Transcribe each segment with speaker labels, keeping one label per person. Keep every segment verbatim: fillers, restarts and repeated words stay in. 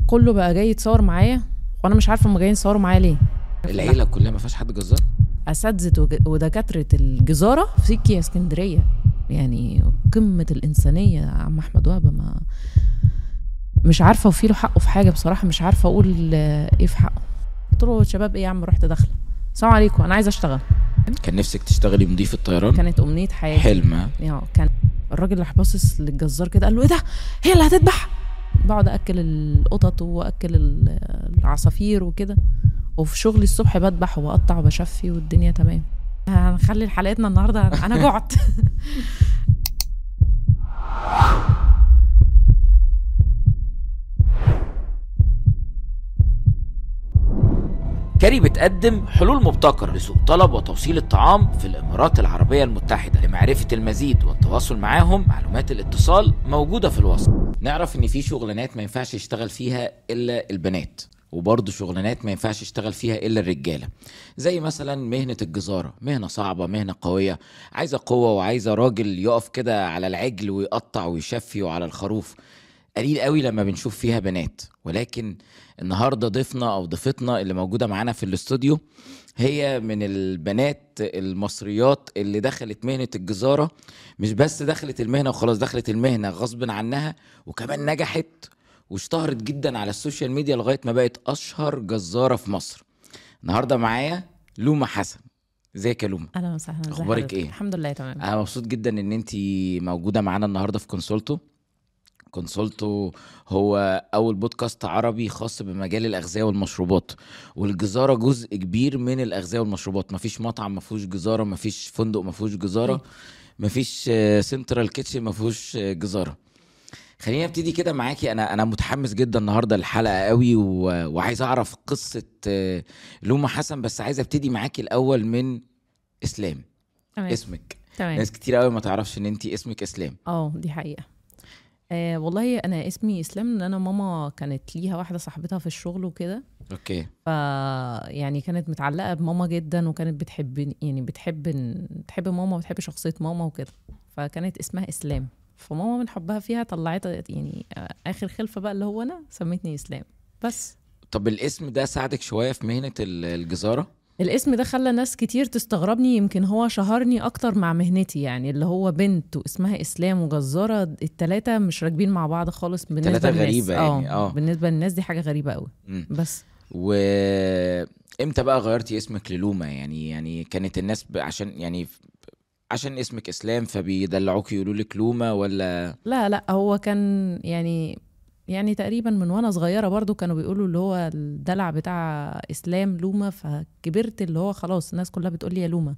Speaker 1: كله بقى جاي يتصور معايا وانا مش عارفه هم جايين يتصوروا معايا ليه.
Speaker 2: العيله كلها ما فيهاش حد جزار؟
Speaker 1: اساتذه ودكاتره الجزاره في سيكي اسكندريه، يعني قمه الانسانيه يا عم احمد وهبه. ما مش عارفه وفي له حقه في حاجه بصراحه، مش عارفه اقول ايه في حقه. قلت له شباب ايه يا عم، رحت داخله السلام عليكم انا عايزه اشتغل.
Speaker 2: كان نفسك تشتغلي مضيف الطيران؟
Speaker 1: كانت امنيه حياتي،
Speaker 2: حلمه.
Speaker 1: يعني كان الراجل راح باصص للجزار كده قال له ايه ده، هي اللي هتذبح؟ بقعد اكل القطط واكل العصافير وكده، وفي شغلي الصبح بذبح وبقطع وبشفي والدنيا تمام. هنخلي حلقتنا النهارده انا جعت.
Speaker 2: كاري بتقدم حلول مبتكرة لسوق طلب وتوصيل الطعام في الإمارات العربية المتحدة. لمعرفة المزيد والتواصل معاهم معلومات الاتصال موجودة في الوصف. نعرف إن في شغلانات ما ينفعش يشتغل فيها إلا البنات، وبرضه شغلانات ما ينفعش يشتغل فيها إلا الرجالة، زي مثلا مهنة الجزارة. مهنة صعبة، مهنة قوية، عايزة قوة وعايزة راجل يقف كده على العجل ويقطع ويشفي وعلى الخروف. قليل قوي لما بنشوف فيها بنات. ولكن النهاردة ضيفنا أو ضيفتنا اللي موجودة معانا في الاستوديو هي من البنات المصريات اللي دخلت مهنة الجزارة. مش بس دخلت المهنة وخلاص، دخلت المهنة غصب عنها وكمان نجحت واشتهرت جدا على السوشيال ميديا لغاية ما بقت أشهر جزارة في مصر. النهاردة معايا لومة حسن. ازيك يا لومة؟
Speaker 1: اهلا وسهلا.
Speaker 2: اخبارك ايه؟
Speaker 1: الحمد لله تمام.
Speaker 2: انا مبسوط جدا ان انتي موجودة معانا النهاردة في كونسولتو. كونسولتو هو أول بودكاست عربي خاص بمجال الأغذية والمشروبات، والجزارة جزء كبير من الأغذية والمشروبات. مفيش مطعم مفيهوش جزارة، مفيش فندق مفيهوش جزارة، مفيش سنترال كيتشن مفيهوش جزارة. خلينا نبتدي كده معاكي. أنا أنا متحمس جدا النهاردة الحلقة قوي، وعايز أعرف قصة لومة حسن، بس عايز أبتدي معاكي الأول من إسلام.
Speaker 1: تمام.
Speaker 2: اسمك
Speaker 1: تمام.
Speaker 2: ناس كتير قوي ما تعرفش إن أنتي اسمك إسلام.
Speaker 1: اه دي حقيقة. آه والله انا اسمي اسلام ان انا ماما كانت ليها واحده صاحبتها في الشغل وكده.
Speaker 2: اوكي.
Speaker 1: ف يعني كانت متعلقه بماما جدا، وكانت بتحب يعني بتحب بتحب ماما وبتحب شخصيه ماما وكده، فكانت اسمها اسلام. فماما من حبها فيها طلعت يعني اخر خلفه بقى اللي هو انا سميتني اسلام بس.
Speaker 2: طب الاسم ده ساعدك شويه في مهنه الجزاره؟
Speaker 1: الاسم ده خلى ناس كتير تستغربني، يمكن هو شهرني اكتر مع مهنتي، يعني اللي هو بنت واسمها اسلام وجزاره، التلاتة مش راكبين مع بعض خالص بالنسبه للناس.
Speaker 2: غريبه يعني اه
Speaker 1: بالنسبه للناس دي حاجه غريبه قوي. بس
Speaker 2: وامتى بقى غيرتي اسمك للومة؟ يعني يعني كانت الناس ب... عشان يعني عشان اسمك اسلام فبيدلعوك يقولوا لك لومة ولا
Speaker 1: لا لا هو كان يعني يعني تقريبا من وانا صغيره برضو كانوا بيقولوا اللي هو الدلع بتاع اسلام لومة، فكبرت اللي هو خلاص الناس كلها بتقول لي يا لومة.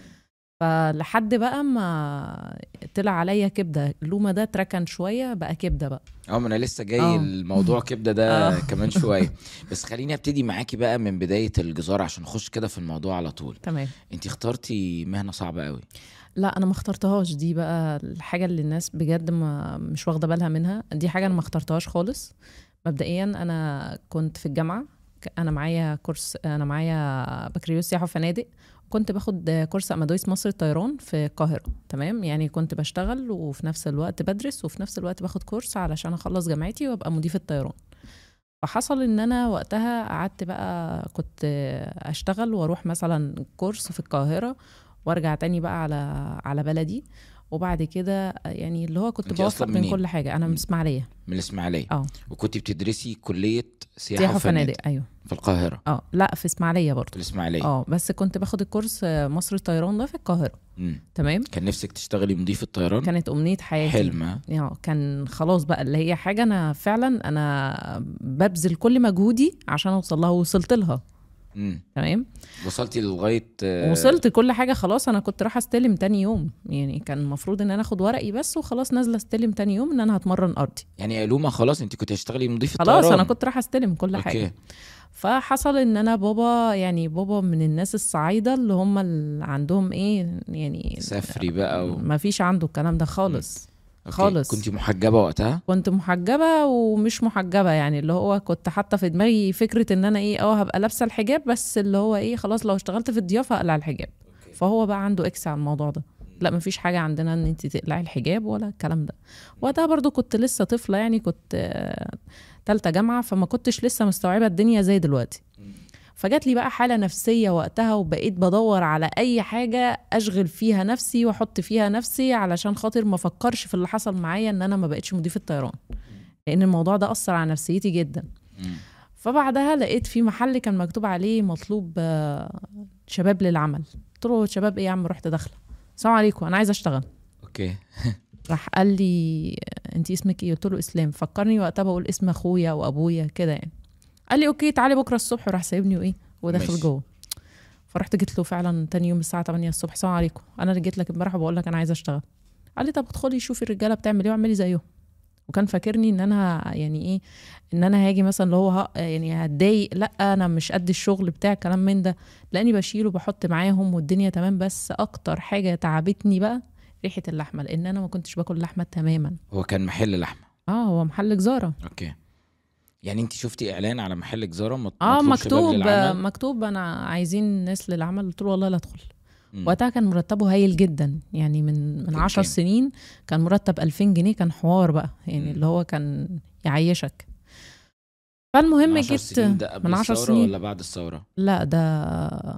Speaker 1: فلحد بقى ما طلع عليا كبده لومة ده اتركن شويه بقى كبده بقى.
Speaker 2: اه ما انا لسه جاي أوه. الموضوع كبده ده كمان شويه. بس خليني ابتدي معاكي بقى من بدايه الجزاره عشان نخش كده في الموضوع على طول.
Speaker 1: تمام.
Speaker 2: انتي اخترتي مهنه صعبه قوي.
Speaker 1: لا انا ما اخترتهاش، دي بقى الحاجه اللي الناس بجد ما مش واخده بالها منها. دي حاجه انا ما اخترتهاش خالص. مبدئيا انا كنت في الجامعه، انا معايا كورس، انا معايا بكالوريوس سياحه وفنادق، كنت باخد كورس امادويس مصر الطيران في القاهره. تمام، يعني كنت بشتغل وفي نفس الوقت بدرس وفي نفس الوقت باخد كورس علشان اخلص جامعتي وابقى مضيف الطيران. فحصل ان انا وقتها قعدت بقى كنت اشتغل واروح مثلا كورس في القاهره وارجع تاني بقى على على بلدي. وبعد كده يعني اللي هو كنت بوفق بين كل حاجه. انا من اسماعيليه.
Speaker 2: من الاسماعيليه.
Speaker 1: اه.
Speaker 2: وكنت بتدرسي كليه سياحه,
Speaker 1: سياحة وفنادق. ايوه
Speaker 2: في القاهره.
Speaker 1: اه لا في اسماعيليه برضه.
Speaker 2: في الاسماعيليه
Speaker 1: اه بس كنت باخد الكورس مصر الطيران ده في القاهره.
Speaker 2: مم.
Speaker 1: تمام.
Speaker 2: كان نفسك تشتغلي مضيف الطيران؟
Speaker 1: كانت امنيه حياتي.
Speaker 2: حلمه.
Speaker 1: يعني كان خلاص بقى اللي هي حاجه انا فعلا انا ببذل كل مجهودي عشان اوصل لها ووصلت لها.
Speaker 2: امم
Speaker 1: تمام.
Speaker 2: وصلتي لغايه
Speaker 1: وصلت كل حاجه خلاص. انا كنت رايحه استلم تاني يوم، يعني كان المفروض ان انا اخد ورقي بس وخلاص نازله استلم تاني يوم ان انا هتمرن ارضي.
Speaker 2: يعني يا لومة خلاص انت كنت هتشتغلي مضيف الطيران؟
Speaker 1: خلاص انا كنت رايحه استلم كل
Speaker 2: أوكي.
Speaker 1: حاجه. فحصل ان انا بابا يعني بابا من الناس الصعايده اللي هم اللي عندهم ايه يعني
Speaker 2: سافري بقى و...
Speaker 1: ما فيش عنده الكلام ده خالص. خالص.
Speaker 2: كنت محجبه وقتها؟
Speaker 1: كنت محجبه ومش محجبه، يعني اللي هو كنت حاطه في دماغي فكره ان انا ايه اه هبقى لابسه الحجاب، بس اللي هو ايه خلاص لو اشتغلت في الضيافه اقلع الحجاب. أوكي. فهو بقى عنده اكس على الموضوع ده. لا مفيش حاجه عندنا ان انت تقلعي الحجاب ولا الكلام ده. وقتها برضو كنت لسه طفله، يعني كنت ثالثه جامعه، فما كنتش لسه مستوعبه الدنيا زي دلوقتي. فجات لي بقى حاله نفسيه وقتها، وبقيت بدور على اي حاجه اشغل فيها نفسي واحط فيها نفسي علشان خاطر ما افكرش في اللي حصل معايا ان انا ما بقتش مضيف الطيران، لان الموضوع ده اثر على نفسيتي جدا. فبعدها لقيت في محل كان مكتوب عليه مطلوب شباب للعمل. قلت له شباب ايه يا عم؟ رحت داخله، السلام عليكم انا عايزه اشتغل.
Speaker 2: اوكي.
Speaker 1: راح قال لي انت اسمك ايه؟ قلت له اسلام. فكرني وقتها بقول اسم اخويا وابويا كده يعني. قال لي اوكي تعالي بكره الصبح، وراح سايبني وايه وداخل جوه. فرحت جيت له فعلا تاني يوم الساعه تمانية الصبح، السلام عليكم انا اللي جيت لك امبارح وبقول لك انا عايزه اشتغل. قال لي طب ادخلي شوفي الرجاله بتعمل ايه واعملي زيهم. وكان فاكرني ان انا يعني ايه، ان انا هاجي مثلا اللي هو يعني هتضايق، لا انا مش قد الشغل بتاع الكلام من ده، لاني بشيل وبحط معاهم والدنيا تمام. بس اكتر حاجه تعبتني بقى ريحه اللحمه، لان انا ما كنتش باكل لحمه تماما.
Speaker 2: هو كان محل لحمه؟
Speaker 1: اه هو محل جزاره.
Speaker 2: اوكي. يعني انت شفتي اعلان على محل جزاره مطلوب
Speaker 1: اه مكتوب
Speaker 2: للعمل؟
Speaker 1: مكتوب انا عايزين ناس للعمل. قلت له والله لا ادخل. وقتها كان مرتبه هايل جدا، يعني من من عشر سنين كان مرتب ألفين جنيه، كان حوار بقى يعني. م. اللي هو كان يعيشك. فالمهم جيت
Speaker 2: من عشر سنين ولا بعد الثوره؟
Speaker 1: لا ده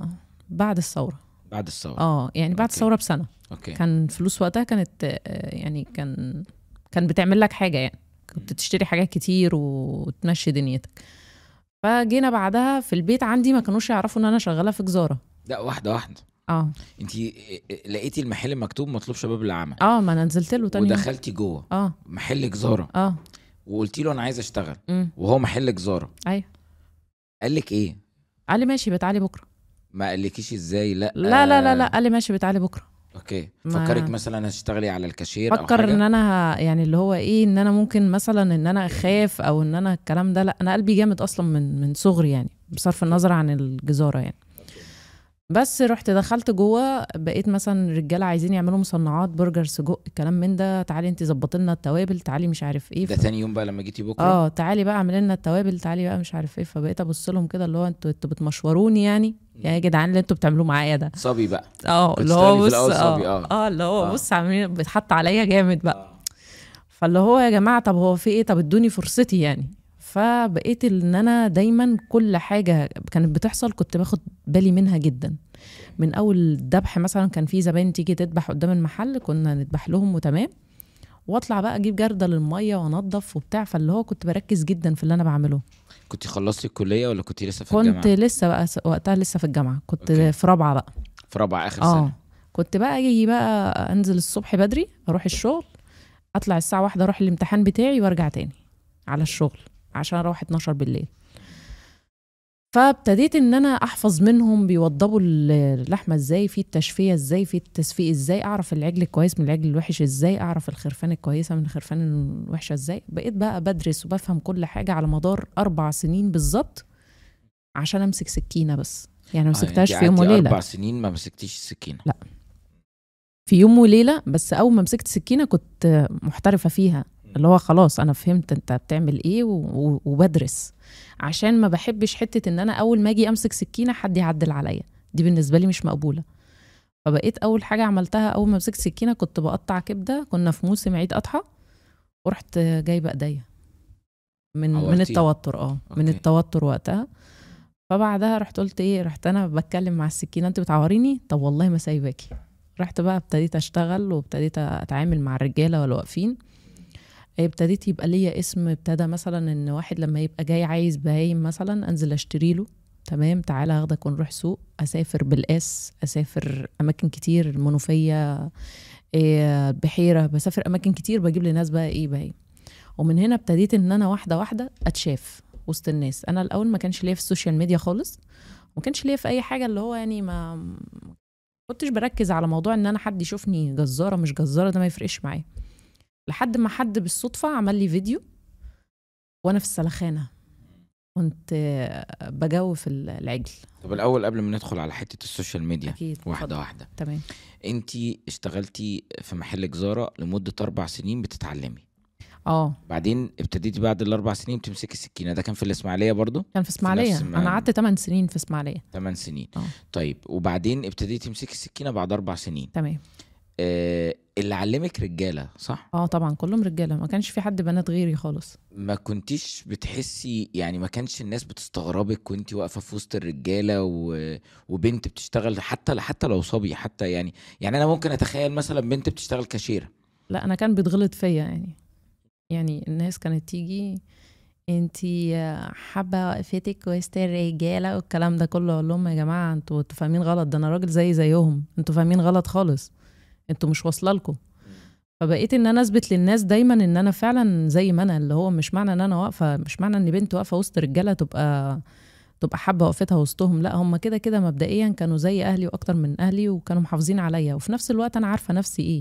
Speaker 1: بعد الثوره.
Speaker 2: بعد الثوره
Speaker 1: اه يعني بعد الثوره بسنه.
Speaker 2: أوكي.
Speaker 1: كان فلوس وقتها كانت يعني كان كان بتعمل لك حاجه، يعني كنت تشتري حاجات كتير وتمشي دنيتك. فجينا بعدها في البيت عندي ما كانوش يعرفوا ان انا شغاله في جزاره.
Speaker 2: لا واحده واحده.
Speaker 1: اه
Speaker 2: انتي لقيتي المحل مكتوب مطلوب شباب للعمل؟
Speaker 1: اه ما انا نزلت له تاني
Speaker 2: ودخلتي جوه
Speaker 1: اه
Speaker 2: محل جزاره
Speaker 1: اه
Speaker 2: وقلتي له انا عايزه اشتغل.
Speaker 1: مم.
Speaker 2: وهو محل جزاره.
Speaker 1: ايوه.
Speaker 2: قال لك ايه؟
Speaker 1: قال لي ماشي بتعالي بكره.
Speaker 2: ما قالكيش ازاي؟ لا
Speaker 1: لا لا لا لا قال لي ماشي بتعالي بكره.
Speaker 2: اوكي. فكرك مثلا هتشتغلي على الكاشير او حاجه؟
Speaker 1: فكر ان انا يعني اللي هو ايه، ان انا ممكن مثلا ان انا اخاف او ان انا الكلام ده. لا انا قلبي جامد اصلا من من صغري يعني، بصرف النظر عن الجزاره يعني. بس رحت دخلت جوه، بقيت مثلا الرجاله عايزين يعملوا مصنعات برجر سجق الكلام من ده، تعالي انت ظبطي لنا التوابل، تعالي مش عارف ايه.
Speaker 2: ده ف... ثاني يوم بقى لما جيتي بكره
Speaker 1: اه تعالي بقى اعملي لنا التوابل، تعالي بقى مش عارف ايه. فبقيت ابص لهم كده اللي هو انتوا انتوا بتمشوروني يعني يا يعني جدعان اللي انتوا بتعملوه معايا ده
Speaker 2: صبي بقى.
Speaker 1: اه اللي هو بص
Speaker 2: اه
Speaker 1: اه اللي هو بص عاملين بيتحط عليا جامد بقى. آه. فاللي هو يا جماعه طب هو في ايه؟ طب ادوني فرصتي يعني. فبقيت ان انا دايما كل حاجه كانت بتحصل كنت باخد بالي منها جدا. من اول ذبح مثلا، كان في زباين تيجي تذبح قدام المحل كنا نذبح لهم وتمام، واطلع بقى اجيب جردل الميه وانضف وبتاع. فاللي هو كنت بركز جدا في اللي انا بعمله.
Speaker 2: كنت خلصتي الكليه ولا كنت لسه في
Speaker 1: كنت
Speaker 2: الجامعه؟
Speaker 1: كنت لسه بقى وقتها لسه في الجامعه. كنت أوكي. في رابعه بقى.
Speaker 2: في رابعه اخر
Speaker 1: آه.
Speaker 2: سنه.
Speaker 1: كنت بقى اجي بقى انزل الصبح بدري اروح الشغل، اطلع الساعه واحدة اروح الامتحان بتاعي وارجع تاني على الشغل عشان اروح اتناشر بالليل. فابتديت ان انا احفظ منهم بيوضبوا اللحمه ازاي، في التشفيه ازاي، في التسفيق ازاي، اعرف العجل الكويس من العجل الوحش ازاي، اعرف الخرفان الكويسه من الخرفان الوحشه ازاي. بقيت بقى بدرس وبفهم كل حاجه على مدار اربع سنين بالظبط عشان امسك سكينه بس. يعني ما مسكتهاش
Speaker 2: آه
Speaker 1: في يوم وليله.
Speaker 2: اربع سنين ما مسكتيش السكينه؟
Speaker 1: لا في يوم وليله بس. اول ما مسكت سكينه كنت محترفه فيها، اللي هو خلاص انا فهمت انت بتعمل ايه وبدرس، عشان ما بحبش حته ان انا اول ما اجي امسك سكينه حد يعدل عليا، دي بالنسبه لي مش مقبوله. فبقيت اول حاجه عملتها اول ما مسكت سكينه كنت بقطع كبده، كنا في موسم عيد اضحى، ورحت جايبه ايديا من من التوتر اه أوكي. من التوتر وقتها. فبعدها رحت قلت ايه، رحت انا بتكلم مع السكينه انت بتعوريني، طب والله ما سايباكي. رحت بقى ابتديت اشتغل وابتديت اتعامل مع الرجاله واللي واقفين. ابتديت يبقى ليا اسم، ابتدى مثلا ان واحد لما يبقى جاي عايز بهايم مثلا انزل اشتري له، تمام تعالى اخدك ونروح سوق، اسافر بالقاس، اسافر اماكن كتير، المنوفيه إيه بحيره، بسافر اماكن كتير بجيب لناس بقى ايه بهايم. ومن هنا ابتديت ان انا واحده واحده اتشاف وسط الناس. انا الاول ما كانش ليا في السوشيال ميديا خالص، وما كانش ليا في اي حاجه، اللي هو يعني ما كنتش بركز على موضوع ان انا حد يشوفني جزاره مش جزاره، ده ما يفرقش معايا. لحد ما حد بالصدفة عمل لي فيديو وانا في السلخانة كنت بجوف العجل.
Speaker 2: طب الاول قبل ما ندخل على حتة السوشيال ميديا
Speaker 1: أكيد.
Speaker 2: واحدة فضل. واحدة
Speaker 1: تمام.
Speaker 2: انتي اشتغلتي في محل جزارة لمدة اربع سنين بتتعلمي،
Speaker 1: اه
Speaker 2: بعدين ابتديتي بعد الاربع سنين بتمسكي السكينة. ده كان في الاسماعيلية برضو؟
Speaker 1: كان في اسماعيلية. انا قعدت ثمان سنين في اسماعيلية.
Speaker 2: ثمان سنين.
Speaker 1: أوه.
Speaker 2: طيب وبعدين ابتديتي تمسكي السكينة بعد اربع سنين.
Speaker 1: تمام.
Speaker 2: آه اللي علمك رجاله صح؟
Speaker 1: اه طبعا كلهم رجاله، ما كانش في حد بنات غيري خالص.
Speaker 2: ما كنتيش بتحسي يعني ما كانش الناس بتستغربك وانت واقفه في وسط الرجاله و... وبنت بتشتغل حتى حتى لو صبي حتى يعني يعني انا ممكن اتخيل مثلا بنت بتشتغل كاشيره.
Speaker 1: لا انا كان بيتغلط فيا يعني، يعني الناس كانت تيجي انتي حابه وقفتك وسط الرجاله والكلام ده كله، اقول لهم يا جماعه انتوا انتوا فاهمين غلط، ده انا راجل زي زيهم، انتوا فاهمين غلط خالص، انتوا مش واصله لكم. فبقيت ان انا اثبت للناس دايما ان انا فعلا زي ما انا، اللي هو مش معنى ان انا واقفه، مش معنى ان بنت واقفه وسط رجاله تبقى تبقى حابه وقفتها وسطهم، لا هم كده كده مبدئيا كانوا زي اهلي واكتر من اهلي، وكانوا محافظين عليا، وفي نفس الوقت انا عارفه نفسي ايه.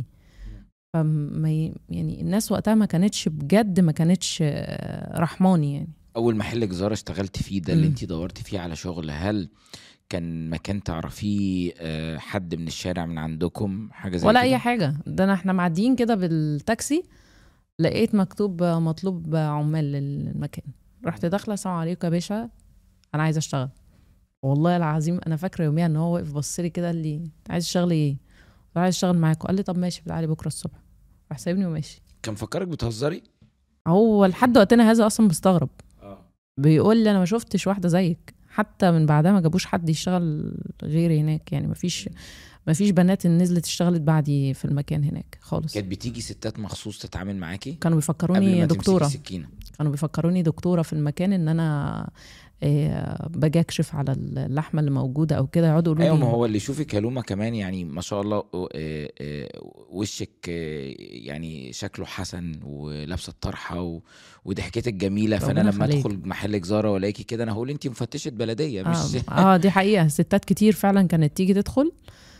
Speaker 1: فما ي- يعني الناس وقتها ما كانتش بجد، ما كانتش آه، رحماني يعني.
Speaker 2: اول محل جزاره اشتغلت فيه ده اللي
Speaker 1: مم.
Speaker 2: انت دورتي فيه على شغل، هل كان مكان تعرفيه آه، حد من الشارع من عندكم حاجه زي
Speaker 1: ولا اي
Speaker 2: كده؟
Speaker 1: حاجه، ده انا احنا معديين كده بالتاكسي لقيت مكتوب مطلوب عمال للمكان، رحت داخله السلام عليكم يا باشا انا عايزه اشتغل. والله العظيم انا فاكره يوميها ان هو وقف بص لي كده قال لي انت عايز تشتغلي ايه؟ قلت له عايز اشتغل معاكم. قال لي طب ماشي تعالي بكره الصبح، راح سايبني وماشي.
Speaker 2: كان فكرك بتهزري؟
Speaker 1: هو لحد وقتنا هذا اصلا بيستغرب،
Speaker 2: اه
Speaker 1: بيقول لي انا ما شفتش واحده زيك، حتى من بعدها ما جابوش حد يشتغل غيري هناك، يعني ما فيش ما فيش بنات نزلت اشتغلت بعدي في المكان هناك خالص.
Speaker 2: كانت بتيجي ستات مخصوص تتعامل معاكي
Speaker 1: كانوا
Speaker 2: قبل
Speaker 1: بيفكروني
Speaker 2: ما تمسكي
Speaker 1: دكتوره،
Speaker 2: السكينه؟
Speaker 1: كانوا بيفكروني دكتوره في المكان، ان انا إيه، باجي اكشف على اللحمه اللي موجوده او كده، يقعدوا يقولوا
Speaker 2: ايوه، ما
Speaker 1: لي
Speaker 2: هو اللي يشوفك يا لومه كمان يعني ما شاء الله آه، آه، وشك آه، يعني شكله حسن ولابسه الطرحه و- وضحكتك جميله، فانا
Speaker 1: ربنا
Speaker 2: لما
Speaker 1: يخليك.
Speaker 2: ادخل محل جزاره والاقيكي كده انا هقول انت مفتشه بلديه
Speaker 1: اه,
Speaker 2: مش
Speaker 1: آه دي حقيقه، ستات كتير فعلا كانت تيجي تدخل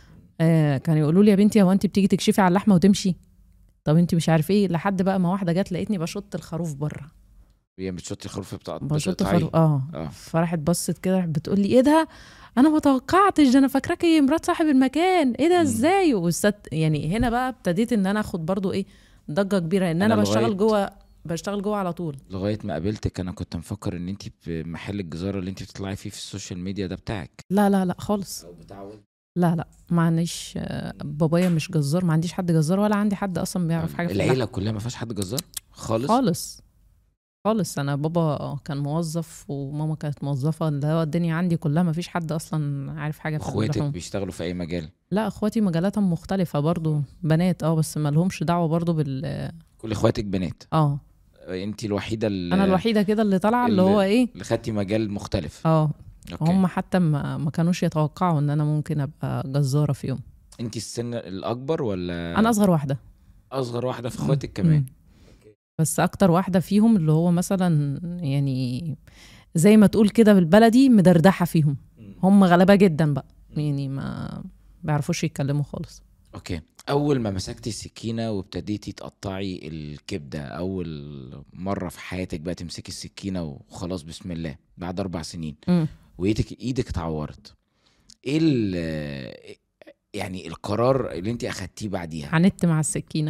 Speaker 1: آه كانوا يقولوا لي يا بنتي هو انت بتيجي تكشفي على اللحمه وتمشي؟ طب انت مش عارف ايه، لحد بقى ما واحده جت لقيتني بشط الخروف بره،
Speaker 2: هي بتشطي خروف بتاع
Speaker 1: بشط
Speaker 2: بتقطعيه؟
Speaker 1: خروف اه,
Speaker 2: اه
Speaker 1: فراحت بصت كده بتقول لي ايه ده، انا ما توقعتش ده، انا فاكراكي مرات صاحب المكان، ايه ده
Speaker 2: مم.
Speaker 1: ازاي؟ والست يعني هنا بقى ابتديت ان انا اخد برضو ايه ضجه كبيره، ان
Speaker 2: انا
Speaker 1: انا
Speaker 2: لغايه
Speaker 1: بشتغل جوه، بشتغل جوه على طول.
Speaker 2: لغايه ما قابلتك انا كنت مفكر ان انت في محل الجزاره اللي انت بتطلعي فيه في السوشيال ميديا ده بتاعك
Speaker 1: لا لا لا خالص،
Speaker 2: او بتاع والدك.
Speaker 1: لا لا ما عنديش آه، بابايا مش جزار، ما عنديش حد جزار، ولا عندي حد اصلا بيعرف حاجه في اللحم
Speaker 2: العيله كلها ما فيهاش حد جزار خالص؟
Speaker 1: خالص خالص. انا بابا كان موظف وماما كانت موظفه، اللي هو الدنيا عندي كلها ما فيش حد اصلا عارف حاجه في
Speaker 2: اخواتك
Speaker 1: اللحوم.
Speaker 2: بيشتغلوا في اي مجال؟
Speaker 1: لا اخواتي مجالاتهم مختلفه برضو، بنات اه بس ما لهمش دعوه برضو بال
Speaker 2: كل اخواتك بنات؟
Speaker 1: اه
Speaker 2: انت الوحيده اللي
Speaker 1: انا الوحيده كده اللي طالعه اللي هو
Speaker 2: اللي,
Speaker 1: ايه
Speaker 2: اللي خدتي مجال مختلف.
Speaker 1: اه.
Speaker 2: اوكي.
Speaker 1: هم حتى ما, ما كانوش يتوقعوا ان انا ممكن ابقى جزاره في يوم.
Speaker 2: انت السن الاكبر ولا
Speaker 1: انا اصغر واحده.
Speaker 2: اصغر واحده في
Speaker 1: مم.
Speaker 2: اخواتك كمان؟
Speaker 1: مم. بس اكتر واحده فيهم اللي هو مثلا يعني زي ما تقول كده بالبلدي مدردحه فيهم، هم غلابه جدا بقى، يعني ما بيعرفوش يتكلموا خالص.
Speaker 2: اوكي. اول ما مسكتي السكينه وابتديتي تقطعي الكبده اول مره في حياتك بقى تمسكي السكينه وخلاص بسم الله بعد اربع سنين
Speaker 1: مم.
Speaker 2: وايدك ايدك اتعورت، ايه ال- يعني القرار اللي انت اخدتيه بعديها؟
Speaker 1: عاندت مع السكينه،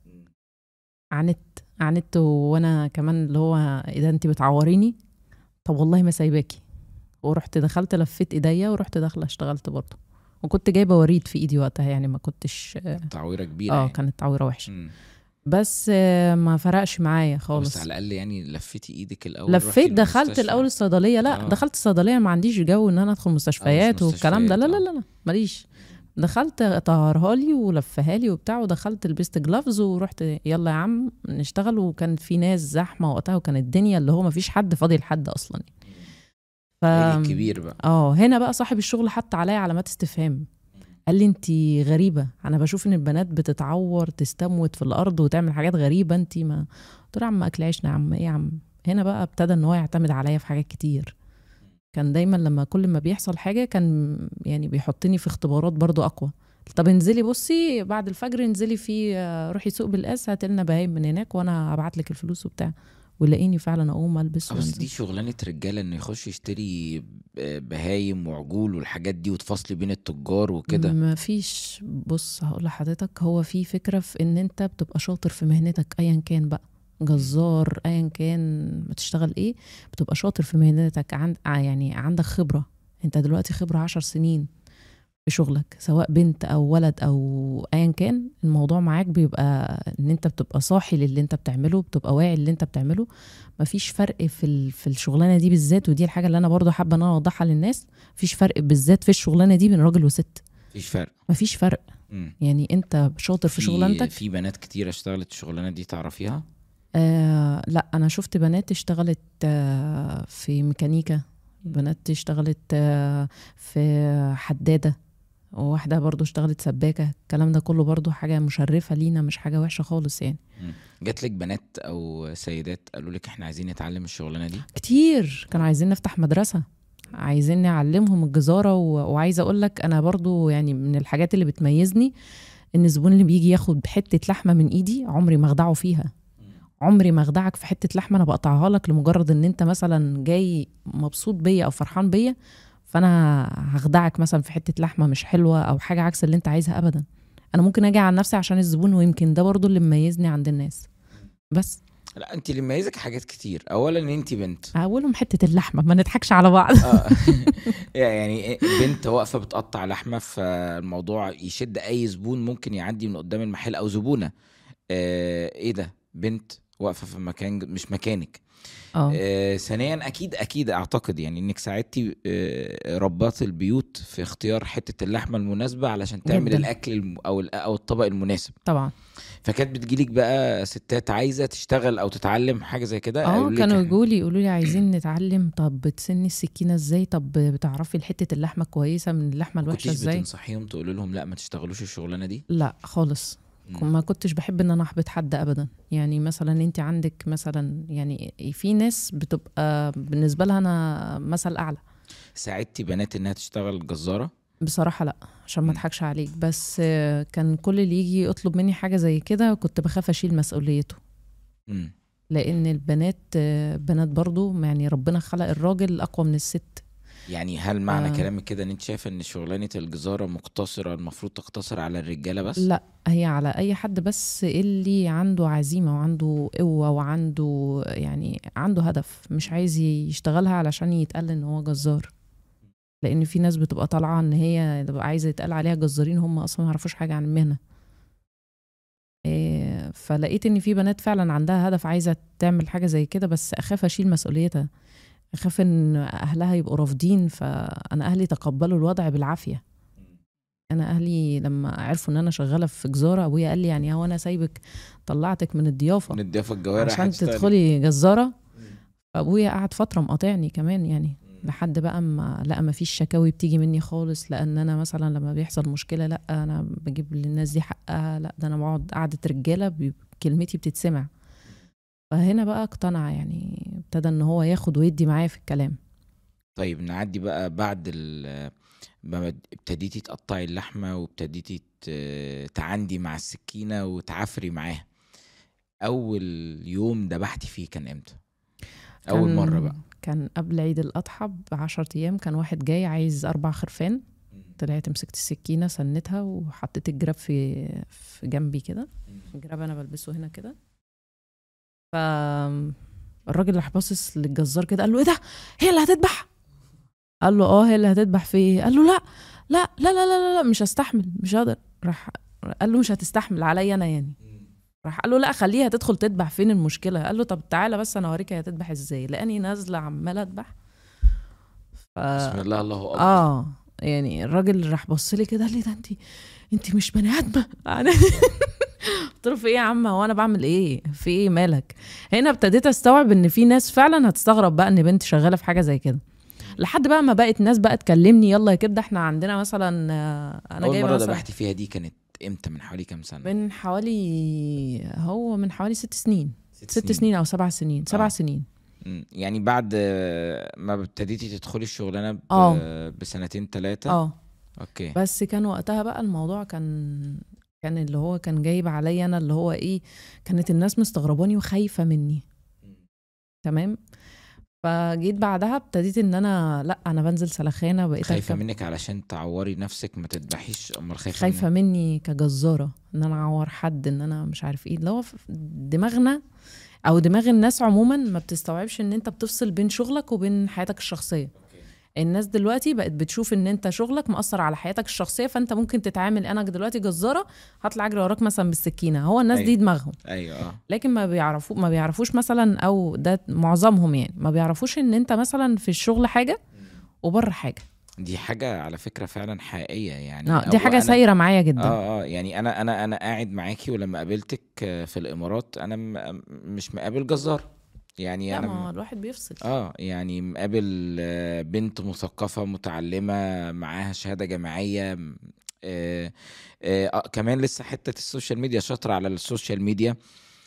Speaker 1: عاندت عاندت وانا كمان اللي هو اذا انت بتعوريني طب والله ما سايباكي، ورحت دخلت لفيت ايديا ورحت داخله اشتغلت برضه، وكنت جايبه وريد في ايدي وقتها، يعني ما كنتش
Speaker 2: تعويره كبيره
Speaker 1: اه
Speaker 2: يعني.
Speaker 1: كانت تعويره وحشه.
Speaker 2: مم.
Speaker 1: بس آه، ما فرقش معايا
Speaker 2: بس
Speaker 1: خالص.
Speaker 2: على الاقل يعني لفيتي ايدك الاول، رحتي
Speaker 1: لفيت دخلت
Speaker 2: المستشفى.
Speaker 1: الاول الصيدليه، لا
Speaker 2: آه.
Speaker 1: دخلت الصيدليه، ما عنديش جو ان انا ادخل مستشفيات والكلام ده، لا لا
Speaker 2: مستشفيات،
Speaker 1: لا لا ماليش. دخلت طهرها لي ولفها لي وبتاع، ودخلت لبست جلافز ورحت يلا يا عم نشتغل، وكان في ناس زحمه وقتها، وكان الدنيا اللي هو ما فيش حد فاضي لحد اصلا. ف
Speaker 2: عينك كبير بقى.
Speaker 1: اه هنا بقى صاحب الشغل حط عليا علامات استفهام، قال لي انتي غريبه، انا بشوف ان البنات بتتعور تستموت في الارض وتعمل حاجات غريبه، انتي ما. قلت له يا عم اكل عيشنا يا عم، ايه يا عم. هنا بقى ابتدى ان هو يعتمد عليا في حاجات كتير، كان دايما لما كل ما بيحصل حاجه كان يعني بيحطني في اختبارات برضو اقوى. طب انزلي بصي بعد الفجر انزلي في آه، روحي سوق بالقاس هات لنا بهايم من هناك وانا هبعت لك الفلوس وبتاع، ولاقيني فعلا اقوم البس
Speaker 2: آه، بس
Speaker 1: وانزل.
Speaker 2: دي شغلانه رجاله انه يخش يشتري ب- بهايم وعجول والحاجات دي وتفاصلي بين التجار وكده.
Speaker 1: ما فيش، بص هقول لحضرتك، هو في فكرة في ان انت بتبقى شاطر في مهنتك ايا كان بقى، جزار ايا كان بتشتغل ايه، بتبقى شاطر في مهنتك، عند يعني عندك خبرة، انت دلوقتي خبرة عشر سنين، في شغلك، سواء بنت او ولد او ايا كان، الموضوع معاك بيبقى ان انت بتبقى صاحي للي انت بتعمله، بتبقى واعي اللي انت بتعمله. مفيش فرق في ال... في الشغلانه دي بالذات، ودي الحاجه اللي انا برضو حابه ان انا اوضحها للناس. مفيش فرق بالذات في الشغلانه دي بين راجل وست.
Speaker 2: مفيش فرق.
Speaker 1: مفيش فرق.
Speaker 2: مم.
Speaker 1: يعني انت شاطر في, في شغلانتك.
Speaker 2: في بنات كتير اشتغلت الشغلانه دي تعرفيها؟
Speaker 1: آه لا، انا شفت بنات اشتغلت آه في ميكانيكا، بنات اشتغلت آه في حداده، وواحده برضو اشتغلت سباكه. الكلام ده كله برضو حاجه مشرفه لينا، مش حاجه وحشه خالص يعني.
Speaker 2: جات لك بنات او سيدات قالوا لك احنا عايزين نتعلم الشغلانه دي؟
Speaker 1: كتير كانوا عايزين نفتح مدرسه، عايزين نعلمهم الجزاره. و... وعايزه اقول لك انا برضو يعني من الحاجات اللي بتميزني ان الزبون اللي بيجي ياخد حته لحمه من ايدي عمري ما اخدعه فيها. عمري ما اخدعك في حته لحمه انا بقطعها لك لمجرد ان انت مثلا جاي مبسوط بيا او فرحان بيا، فانا هخدعك مثلا في حته لحمه مش حلوه او حاجه عكس اللي انت عايزها ابدا. انا ممكن اجي على نفسي عشان الزبون، ويمكن ده برضو اللي مميزني عند الناس. بس
Speaker 2: لا، انت اللي مميزك حاجات كتير. اولا ان انت بنت،
Speaker 1: اولهم حته اللحمه، ما نضحكش على بعض.
Speaker 2: آه. يعني بنت واقفه بتقطع لحمه، فالموضوع يشد اي زبون ممكن يعدي من قدام المحل او زبونه. آه ايه ده، بنت واقفه في مكان مش مكانك. آه ثانيا اكيد اكيد اعتقد يعني انك ساعدتي آه ربات البيوت في اختيار حته اللحمه المناسبه علشان تعمل جداً. الاكل الم او او الطبق المناسب
Speaker 1: طبعا.
Speaker 2: فكانت بتجيلك بقى ستات عايزه تشتغل او تتعلم حاجه زي كده؟
Speaker 1: اه كانوا يقولوا لي يقولوا لي عايزين نتعلم. طب بتسني السكينه ازاي؟ طب بتعرفي حته اللحمه كويسه من اللحمه الوحشه ازاي؟
Speaker 2: كنتيش بتنصحيهم تقولي لهم لا ما تشتغلوش الشغلانه دي؟
Speaker 1: لا خالص. ما كنتش بحب ان انا احبط حد ابدا. يعني مثلا انت عندك مثلا يعني في ناس بتبقى بالنسبه لها انا مثل اعلى.
Speaker 2: ساعدتي بنات انها تشتغل جزاره؟
Speaker 1: بصراحه لا، عشان ما اضحكش عليك، بس كان كل اللي يجي يطلب مني حاجه زي كده كنت بخاف اشيل مسؤوليته. م. لان البنات بنات برضو، يعني ربنا خلق الراجل اقوى من الست.
Speaker 2: يعني هل معنى آه. كلامك كده ان انت شايفه ان شغلانه الجزاره مقتصره، المفروض تقتصر على الرجاله بس؟
Speaker 1: لا، هي على اي حد بس اللي عنده عزيمه وعنده قوه وعنده يعني عنده هدف، مش عايز يشتغلها علشان يتقال ان هو جزار. لان في ناس بتبقى طالعه ان هي تبقى عايزه يتقال عليها جزارين، هم اصلا ما يعرفوش حاجه عن المهنه. إيه، فلقيت ان في بنات فعلا عندها هدف عايزه تعمل حاجه زي كده، بس اخاف اشيل مسؤوليتها، اخاف ان اهلها يبقوا رافضين. فانا اهلي تقبلوا الوضع بالعافيه. انا اهلي لما عرفوا ان انا شغاله في جزاره، ابويا قال لي يعني هو انا سايبك طلعتك من الضيافه
Speaker 2: من الضيافه الجوارح
Speaker 1: عشان تدخلي جزاره؟ ابويا قعد فتره مقاطعني كمان يعني، لحد بقى ما لقى ما فيش شكاوي بتيجي مني خالص. لان انا مثلا لما بيحصل مشكله، لا انا بجيب للناس دي حقها، لا ده انا بقعد قعده رجاله كلمتي بتتسمع. فهنا بقى اقتنع، يعني ابتدى ان هو ياخد ويدي معايا في الكلام.
Speaker 2: طيب نعدي بقى بعد ما ابتديتي تقطعي اللحمه وابتديتي تعندي مع السكينه وتعافري معاها، اول يوم دبحتي فيه كان امتى؟ اول مره بقى
Speaker 1: كان قبل عيد الاضحى بعشرة ايام. كان واحد جاي عايز اربع خرفان، طلعت مسكت السكينه سنتها وحطيت الجراب في في جنبي كده. الجراب انا بلبسه هنا كده. فالراجل راح باصص للجزار كده، قال له ايه ده، هي اللي هتذبح؟ قال له اه هي اللي هتذبح. في ايه؟ قال له لا لا لا لا لا لا مش هستحمل، مش هقدر. راح قال له مش هتستحمل عليا انا يعني؟ راح قال له لا خليها تدخل تذبح، فين المشكله؟ قال له طب تعالى بس انا اوريك هي هتذبح ازاي. لاني نازله عماله اذبح.
Speaker 2: ف... بسم الله الله اكبر.
Speaker 1: اه يعني الراجل راح بص لي كده، قال لي ده انت انت مش بني ادمه. قلت له في ايه يا عم، هو انا بعمل ايه؟ في ايه مالك؟ هنا ابتديت استوعب ان في ناس فعلا هتستغرب بقى ان بنت شغاله في حاجه زي كده. لحد بقى ما بقت ناس بقى تكلمني يلا يا كده احنا عندنا مثلا انا
Speaker 2: جايبه. اول مره ذبحتي فيها دي كانت امتى؟ من حوالي كام سنه؟
Speaker 1: من حوالي هو من حوالي ست سنين ست, ست سنين. سنين او سبع سنين سبع آه. سنين.
Speaker 2: يعني بعد ما ابتديتي تدخلي الشغلانه ب... بسنتين ثلاثه.
Speaker 1: اه
Speaker 2: اوكي.
Speaker 1: بس كان وقتها بقى الموضوع كان كان اللي هو كان جايب عليا انا اللي هو ايه، كانت الناس مستغرباني وخايفه مني. تمام. فجيت بعدها ابتديت ان انا لا انا بنزل سلخانه. بقيت
Speaker 2: خايفه أركب. منك علشان تعوري نفسك ما تذبحيش؟ امال خايفه
Speaker 1: خايفه مني. مني كجزاره ان انا اعور حد، ان انا مش عارف ايه. اللي هو دماغنا او دماغ الناس عموما ما بتستوعبش ان انت بتفصل بين شغلك وبين حياتك الشخصيه. الناس دلوقتي بقت بتشوف ان انت شغلك مؤثر على حياتك الشخصيه، فانت ممكن تتعامل، انا دلوقتي جزاره هطلع اجري وراك مثلا بالسكينه، هو الناس
Speaker 2: أيوة.
Speaker 1: دي دماغهم.
Speaker 2: ايوه اه
Speaker 1: لكن ما بيعرفوا ما بيعرفوش مثلا، او ده معظمهم يعني ما بيعرفوش ان انت مثلا في الشغل حاجه وبره حاجه.
Speaker 2: دي حاجة على فكرة فعلا حقيقية يعني.
Speaker 1: اه دي
Speaker 2: أو
Speaker 1: حاجه
Speaker 2: أنا
Speaker 1: سايره معايا جدا.
Speaker 2: اه اه يعني انا انا انا قاعد معاكي، ولما قابلتك في الامارات انا م- مش مقابل جزار يعني.
Speaker 1: لا
Speaker 2: انا
Speaker 1: ما هو
Speaker 2: م-
Speaker 1: الواحد بيفصل.
Speaker 2: اه يعني مقابل آه، بنت مثقفة متعلمة معاها شهادة جامعية. م- آه آه آه، كمان لسه حتة السوشيال ميديا، شاطرة على السوشيال ميديا.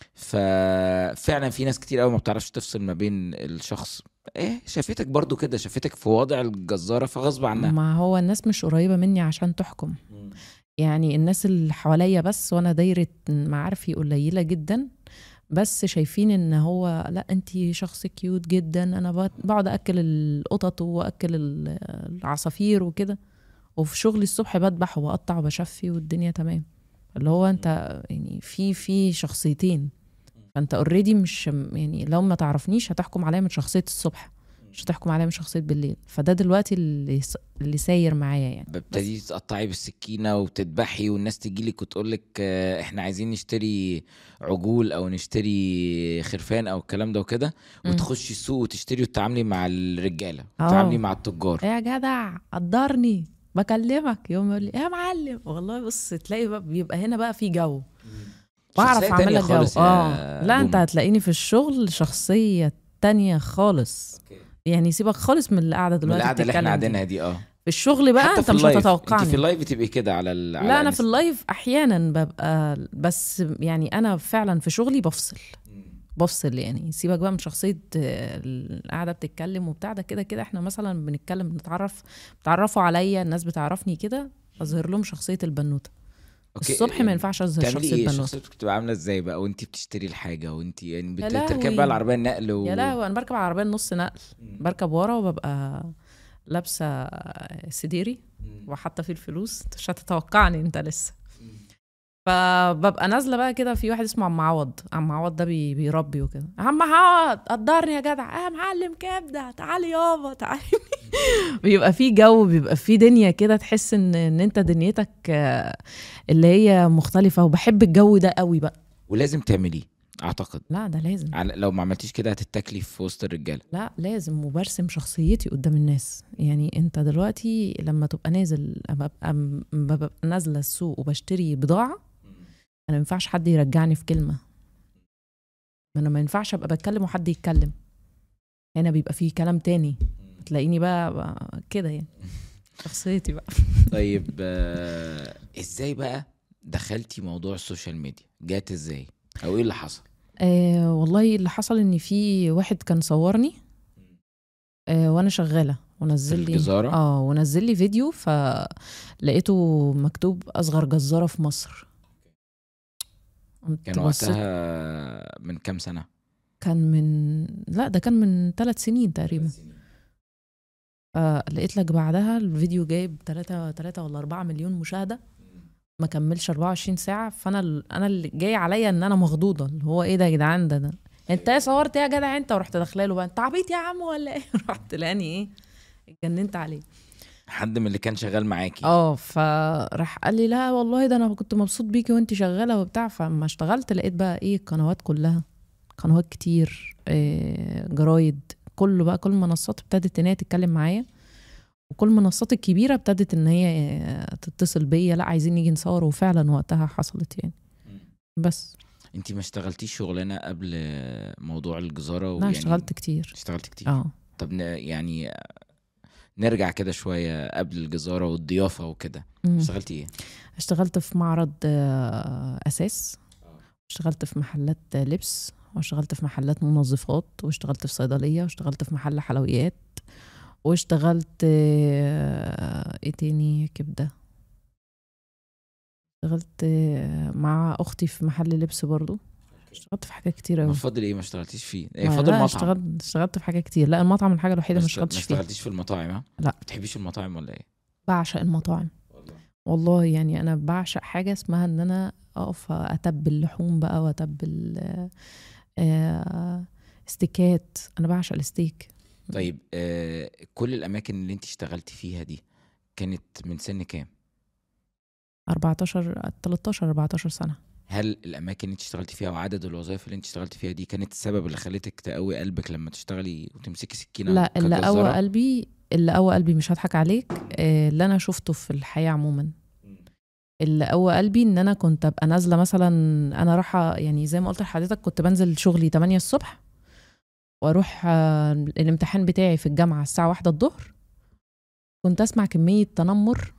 Speaker 2: ففعلا في ناس كتير قوي ما بتعرفش تفصل ما بين الشخص. ايه شافتك برضو كده، شافتك في وضع الجزارة فغصب عنها.
Speaker 1: ما هو الناس مش قريبه مني عشان تحكم، يعني الناس اللي حواليا بس، وانا دايره معارفي قليله جدا، بس شايفين ان هو لا انتي شخص كيوت جدا. انا بق- بقعد اكل القطط واكل ال- العصافير وكده، وفي شغلي الصبح بدبح وبقطع وبشفي والدنيا تمام. اللي هو انت يعني في في شخصيتين، فانت اوريدي مش يعني لو ما تعرفنيش هتحكم عليا من شخصية الصبح، مش هتحكم عليا من شخصية بالليل. فده دلوقتي اللي س- اللي ساير معايا يعني. بس
Speaker 2: بتبتدي تقطعي بالسكينة وتذبحي، والناس تجيلك وتقولك آه، احنا عايزين نشتري عجول او نشتري خرفان او الكلام ده وكده،
Speaker 1: مم.
Speaker 2: وتخشي السوق وتشتري وتتعاملي مع الرجالة
Speaker 1: اه
Speaker 2: وتتعاملي مع التجار.
Speaker 1: يا جدع قدرني، بكلمك يوم يقول لي يا معلم، والله بص تلاقي بقى بيبقى هنا بقى في جو،
Speaker 2: شخصية
Speaker 1: بعرف اعمل
Speaker 2: تانية
Speaker 1: لك جو.
Speaker 2: خالص
Speaker 1: اه
Speaker 2: يا
Speaker 1: لا انت
Speaker 2: لومة.
Speaker 1: هتلاقيني في الشغل شخصية تانية خالص.
Speaker 2: اوكي.
Speaker 1: يعني سيبك خالص من اللي قاعدة
Speaker 2: من
Speaker 1: دلوقتي
Speaker 2: القعدة اللي احنا
Speaker 1: بتتكلم دي،
Speaker 2: قاعدينها دي اه.
Speaker 1: في الشغل بقى
Speaker 2: حتى
Speaker 1: انت
Speaker 2: في
Speaker 1: مش
Speaker 2: اللايف، انت في
Speaker 1: هتتوقعني.
Speaker 2: اللايف بتبقي كده على ال...
Speaker 1: لا
Speaker 2: على
Speaker 1: انا في
Speaker 2: انست.
Speaker 1: اللايف احيانا ببقى، بس يعني انا فعلا في شغلي بفصل بفصل يعني. سيبك بقى من شخصية آه، القاعدة بتتكلم وبتاع ده، كده كده احنا مثلا بنتكلم بنتعرف، بتعرفوا عليا، الناس بتعرفني كده، اظهر لهم شخصية البنوتة.
Speaker 2: اوكي
Speaker 1: الصبح ما ينفعش اظهر
Speaker 2: بتعملي
Speaker 1: شخصية
Speaker 2: ايه؟
Speaker 1: بنوتة.
Speaker 2: شخصيتك بتبقى عاملة ازاي بقى وانتي بتشتري الحاجة، وانتي يعني
Speaker 1: يا
Speaker 2: بتركبي بقى
Speaker 1: لهوي
Speaker 2: العربية النقل
Speaker 1: يا
Speaker 2: و...
Speaker 1: لهوي، انا بركب العربية نص نقل،
Speaker 2: مم.
Speaker 1: بركب ورا وببقى لابسة سديري
Speaker 2: مم.
Speaker 1: وحاطة فيه الفلوس، مش هتتوقعني انت لسه. فببقى نازله بقى كده، في واحد اسمه عم عوض، عم عوض ده بي بيربي وكده، عم عوض قدرني يا جدع، اه معلم كبده تعالي يابا تعالي. بيبقى في جو، بيبقى في دنيا كده، تحس ان ان انت دنيتك آه، اللي هي مختلفه، وبحب الجو ده قوي بقى.
Speaker 2: ولازم تعمليه اعتقد.
Speaker 1: لا ده لازم،
Speaker 2: على لو ما عملتيش كده هتتاكلي في وسط الرجاله.
Speaker 1: لا لازم، وبرسم شخصيتي قدام الناس. يعني انت دلوقتي لما تبقى نازل، ببقى ببقى نازله السوق وبشتري بضاعه، انا ما ينفعش حد يرجعني في كلمه، ما انا ما ينفعش ابقى بتكلم وحد يتكلم، هنا بيبقى فيه كلام تاني، تلاقيني بقى, بقى كده يعني شخصيتي بقى.
Speaker 2: طيب آه، ازاي بقى دخلتي موضوع السوشيال ميديا؟ جات ازاي او ايه اللي حصل؟
Speaker 1: آه والله اللي حصل ان في واحد كان صورني آه وانا شغاله، ونزل
Speaker 2: في
Speaker 1: لي
Speaker 2: الجزارة؟
Speaker 1: اه ونزل لي فيديو، فلقيته مكتوب اصغر جزاره في مصر. قمت
Speaker 2: كان
Speaker 1: بصيت،
Speaker 2: وقتها من كام سنة؟
Speaker 1: كان من لا ده كان من ثلاث سنين تقريبا. فلقيت لك بعدها الفيديو جايب ثلاثة ثلاثة ولا أربعة مليون مشاهدة، ما كملش أربعة وعشرين ساعة. فانا ال- انا اللي جاي عليا ان انا مخضوضه، اللي هو ايه ده يا جدعان، ده ده انت ايه صورت ايه يا جدع انت؟ ورحت داخله له بقى، انت عبيط يا عم ولا ايه؟ رحت لاني ايه، اتجننت عليه.
Speaker 2: حد من اللي كان شغال معاكي؟
Speaker 1: اه فراح قال لي لا والله ده انا كنت مبسوط بيكي وانت شغاله وبتاع. فما اشتغلت لقيت بقى ايه، القنوات كلها، قنوات كتير، إيه جرايد، كله بقى، كل المنصات ابتدت ان هي تتكلم معايا، وكل المنصات الكبيره ابتدت ان هي آه، تتصل بيا، لا عايزين نيجي نصور، وفعلا وقتها حصلت يعني. بس
Speaker 2: انتي ما اشتغلتيش شغلانة قبل موضوع الجزارة؟
Speaker 1: لا
Speaker 2: ويعني
Speaker 1: اشتغلت كتير.
Speaker 2: اشتغلت كتير.
Speaker 1: اه
Speaker 2: طب ن- يعني نرجع كده شوية قبل الجزارة والضيافة وكده،
Speaker 1: مم.
Speaker 2: اشتغلتي ايه؟
Speaker 1: اشتغلت في معرض آه، اساس، اشتغلت في محلات لبس، واشتغلت في محلات منظفات، واشتغلت في صيدليه، واشتغلت في محل حلويات، واشتغلت آه، ايه تاني، كبده. اشتغلت آه، مع اختي في محل لبس برضو. اشتغلت في حاجات كتير
Speaker 2: ما
Speaker 1: قوي.
Speaker 2: فاضل ايه ما اشتغلتيش فيه؟ ايه
Speaker 1: ما
Speaker 2: فاضل
Speaker 1: لا
Speaker 2: مطعم؟
Speaker 1: اشتغلت اشتغلت في حاجات كتير. لا المطعم الحاجه الوحيده
Speaker 2: ما
Speaker 1: ما
Speaker 2: اشت- ما
Speaker 1: اشتغلتش فيها.
Speaker 2: اشتغلتيش في المطاعم؟ ها؟
Speaker 1: لا
Speaker 2: بتحبيش المطاعم ولا ايه؟
Speaker 1: بعشق المطاعم
Speaker 2: والله.
Speaker 1: والله. يعني انا بعشق حاجه اسمها ان انا اقف اتبل لحوم بقى، واتبل آه، استيكات. انا بعشق الستيك،
Speaker 2: طيب آه كل الاماكن اللي انت اشتغلتي فيها دي كانت من سن كام؟
Speaker 1: أربعتاشر تلتاشر أربعتاشر سنة.
Speaker 2: هل الاماكن اللي انت اشتغلتي فيها وعدد الوظائف اللي انت اشتغلتي فيها دي كانت السبب اللي خلتك تقوي قلبك لما تشتغلي وتمسكي سكينه
Speaker 1: لا، اللي قوى
Speaker 2: كجزارة؟
Speaker 1: قلبي اللي قوى قلبي مش هضحك عليك، آه، اللي انا شفته في الحياة عموما. اللي قوى قلبي ان انا كنت ابقى نازله مثلا، انا رايحه يعني زي ما قلت لحضرتك كنت بنزل شغلي تمانية الصبح واروح آه، الامتحان بتاعي في الجامعه الساعه واحدة الظهر. كنت اسمع كميه تنمر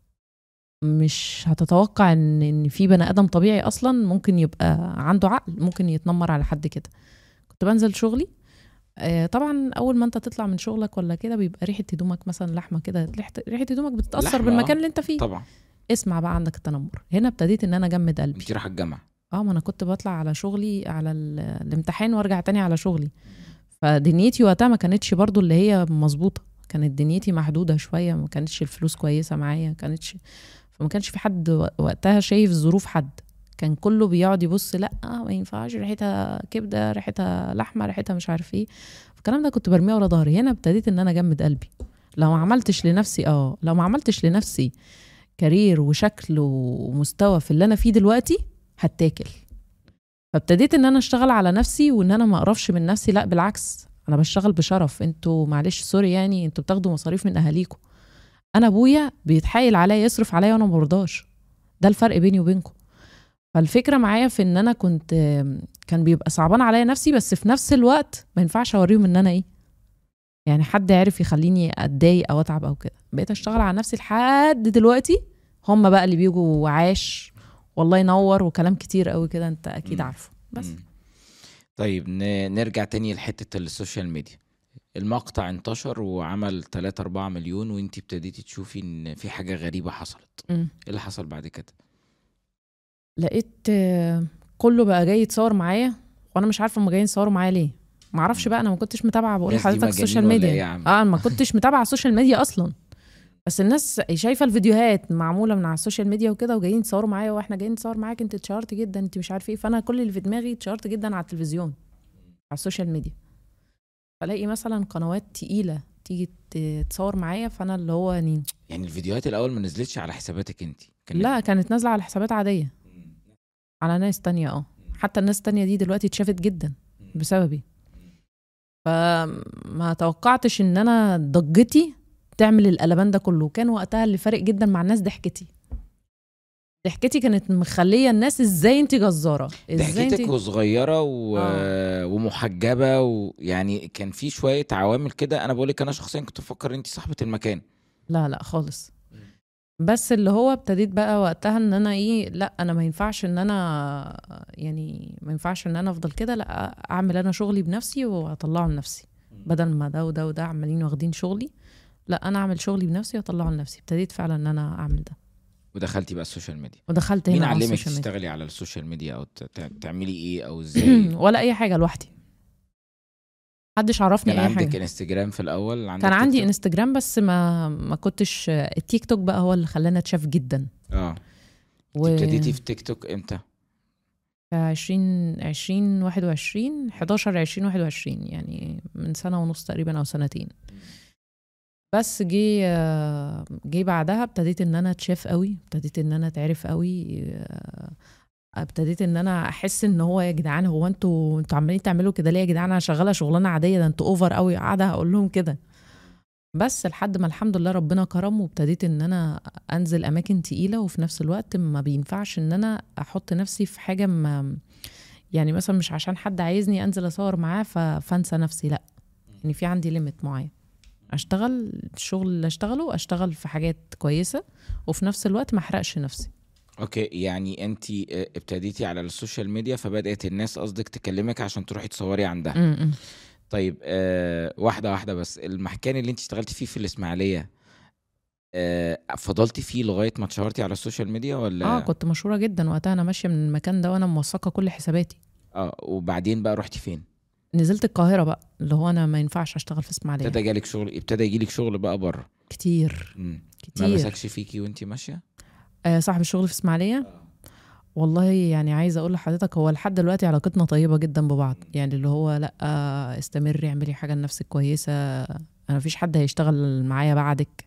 Speaker 1: مش هتتوقع ان ان في بني ادم طبيعي اصلا ممكن يبقى عنده عقل ممكن يتنمر على حد كده. كنت بنزل شغلي، آه، طبعا اول ما انت تطلع من شغلك ولا كده بيبقى ريحه هدومك مثلا لحمه كده، ريحه ريحه هدومك بتتاثر
Speaker 2: لحمة،
Speaker 1: بالمكان
Speaker 2: آه،
Speaker 1: اللي انت فيه.
Speaker 2: طبعا.
Speaker 1: اسمع بقى، عندك التنمر هنا ابتديت ان انا اجمد قلبي.
Speaker 2: انت رايحه الجامعه؟
Speaker 1: اه، ما انا كنت بطلع على شغلي على ال- الامتحان وارجع تاني على شغلي. فدنيتي وقتها ما كانتش برضو اللي هي مظبوطه، كانت دنيتي محدوده شويه، ما كانتش الفلوس كويسه معايا، ما كانتش فما كانش في حد وقتها شايف ظروف حد. كان كله بيقعد يبص، لا ما ينفعش، ريحتها كبده، ريحتها لحمه، ريحتها مش عارف ايه. الكلام ده كنت برميه ورا ظهري. هنا ابتديت ان انا اجمد قلبي. لو ما عملتش لنفسي اه لو ما عملتش لنفسي كارير وشكل ومستوى في اللي انا فيه دلوقتي هتاكل. فابتديت ان انا اشتغل على نفسي وان انا ما اقرفش من نفسي، لا بالعكس انا بشتغل بشرف. انتوا معلش سوري يعني انتوا بتاخدوا مصاريف من اهاليكم، انا ابويا بيتحايل عليا يصرف عليا وانا ما برضاش. ده الفرق بيني وبينكم. فالفكره معايا في ان انا كنت كان بيبقى صعبان عليا نفسي، بس في نفس الوقت ما ينفعش اوريهم ان انا ايه يعني حد يعرف يخليني اتضايق او اتعب او كده. بقيت اشتغل على نفسي لحد دلوقتي. هم بقى اللي بيجوا وعاش والله ينور وكلام كتير قوي كده انت اكيد
Speaker 2: مم.
Speaker 1: عارفه. بس
Speaker 2: مم. طيب ن- نرجع تاني لحته السوشيال ميديا. المقطع انتشر وعمل تلاتة أربعة مليون وانتي ابتديتي تشوفي ان في حاجه غريبه حصلت.
Speaker 1: مم.
Speaker 2: ايه اللي حصل بعد كده؟
Speaker 1: لقيت آه، كله بقى جاي يتصور معايا وانا مش عارفه هم جايين يتصوروا معايا ليه. ما اعرفش بقى، انا ما كنتش متابعه، بقول
Speaker 2: الناس دي
Speaker 1: لحضرتك
Speaker 2: مجانين
Speaker 1: السوشيال
Speaker 2: ولا
Speaker 1: ميديا.
Speaker 2: ايه يا عم؟
Speaker 1: اه، ما كنتش متابعه السوشيال ميديا اصلا. بس الناس شايفه الفيديوهات معموله من على السوشيال ميديا وكده وجايين يتصوروا معايا، واحنا جايين نتصور معاك، انت اتشهرت جدا، انت مش عارف ايه. فانا كل اللي في دماغي اتشهرت جدا على التلفزيون، على السوشيال ميديا. فلاقي مثلا قنوات تقيله تيجي ت- تصور معايا، فانا اللي هو يعني
Speaker 2: يعني الفيديوهات الاول ما نزلتش على حساباتك انتي؟ كانت
Speaker 1: لا، كانت نازله على حسابات عاديه على ناس تانية. اه، حتى الناس التانية دي دلوقتي اتشافت جدا بسببي. فما توقعتش ان انا ضجتي تعمل القلبان ده كله. كان وقتها اللي فارق جدا مع الناس ضحكتي. ضحكتي كانت مخليه الناس ازاي انت جزاره، ازاي
Speaker 2: ضحكتك
Speaker 1: انت.
Speaker 2: وصغيره و...
Speaker 1: اه،
Speaker 2: ومحجبه، ويعني كان في شويه عوامل كده. انا بقولك انا شخصيا كنت بفكر انتي صاحبه المكان.
Speaker 1: لا لا خالص. بس اللي هو ابتديت بقى وقتها ان انا ايه، لا انا ما ينفعش ان انا يعني ما ينفعش ان انا افضل كده، لا اعمل انا شغلي بنفسي واطلعه لنفسي. بدل ما ده وده وده عمالين واخدين شغلي، لا انا اعمل شغلي بنفسي واطلعه لنفسي. ابتديت فعلا ان انا اعمل ده
Speaker 2: ودخلتي بقى السوشيال ميديا.
Speaker 1: ودخلت
Speaker 2: مين
Speaker 1: هنا على
Speaker 2: علمك
Speaker 1: السوشيال ميديا.
Speaker 2: تشتغلي على السوشيال ميديا او ت- ت- تعملي ايه او ازاي؟
Speaker 1: ولا اي حاجه، لوحدي، محدش عرفني
Speaker 2: كان
Speaker 1: اي
Speaker 2: عندك
Speaker 1: حاجه.
Speaker 2: انستجرام في الاول؟ عندك
Speaker 1: كان
Speaker 2: تيك
Speaker 1: عندي
Speaker 2: توك؟
Speaker 1: انستجرام بس ما ما كنتش. التيك توك بقى هو اللي خلاني اتشاف جدا.
Speaker 2: اه.
Speaker 1: و
Speaker 2: انت ابتديتي في تيك توك امتى؟
Speaker 1: عشرين عشرين واحد وعشرين حداشر عشرين واحد وعشرين، يعني من سنة ونص تقريبا أو سنتين. بس جي جي بعدها ابتديت ان انا اتشاف قوي، ابتديت ان انا اتعرف قوي، ابتديت ان انا احس ان هو يا جدعان هو انتوا انتوا عمالين تعملوا كده ليه يا جدعان؟ انا شغاله شغلانه عاديه، ده انتوا اوفر قوي. قاعده هقول لهم كده بس لحد ما الحمد لله ربنا كرم، وابتديت ان انا انزل اماكن تقيله، وفي نفس الوقت ما بينفعش ان انا احط نفسي في حاجه ما، يعني مثلا مش عشان حد عايزني انزل اصور معاه فانسى نفسي، لا يعني في عندي ليميت معين. اشتغل الشغل اللي اشتغله اشتغل في حاجات كويسه، وفي نفس الوقت ما احرقش نفسي.
Speaker 2: اوكي، يعني انت ابتديتي على السوشيال ميديا فبدأت الناس قصدك تكلمك عشان تروحي تصوري عندها.
Speaker 1: م-م.
Speaker 2: طيب آه واحده واحده بس. المكان اللي انت اشتغلتي فيه في الاسماعيليه آه فضلتي فيه لغايه ما اتشهرتي على السوشيال ميديا ولا؟
Speaker 1: اه، كنت مشهوره جدا وقتها، انا ماشيه من المكان ده وانا موثقه كل حساباتي.
Speaker 2: اه. وبعدين بقى رحتي فين؟
Speaker 1: نزلت القاهره بقى، اللي هو انا ما ينفعش اشتغل في اسماعيليه.
Speaker 2: ابتدى جالك شغل، ابتدى يجيلك شغل بقى بره
Speaker 1: كتير
Speaker 2: ما
Speaker 1: كتير.
Speaker 2: مسكش فيكي وانت ماشيه؟
Speaker 1: آه، صاحب الشغل في اسماعيليه والله يعني عايزه اقول لحضرتك هو لحد دلوقتي علاقتنا طيبه جدا ببعض، يعني اللي هو لا استمري اعملي حاجه لنفسك كويسه، انا مفيش حد هيشتغل معايا بعدك،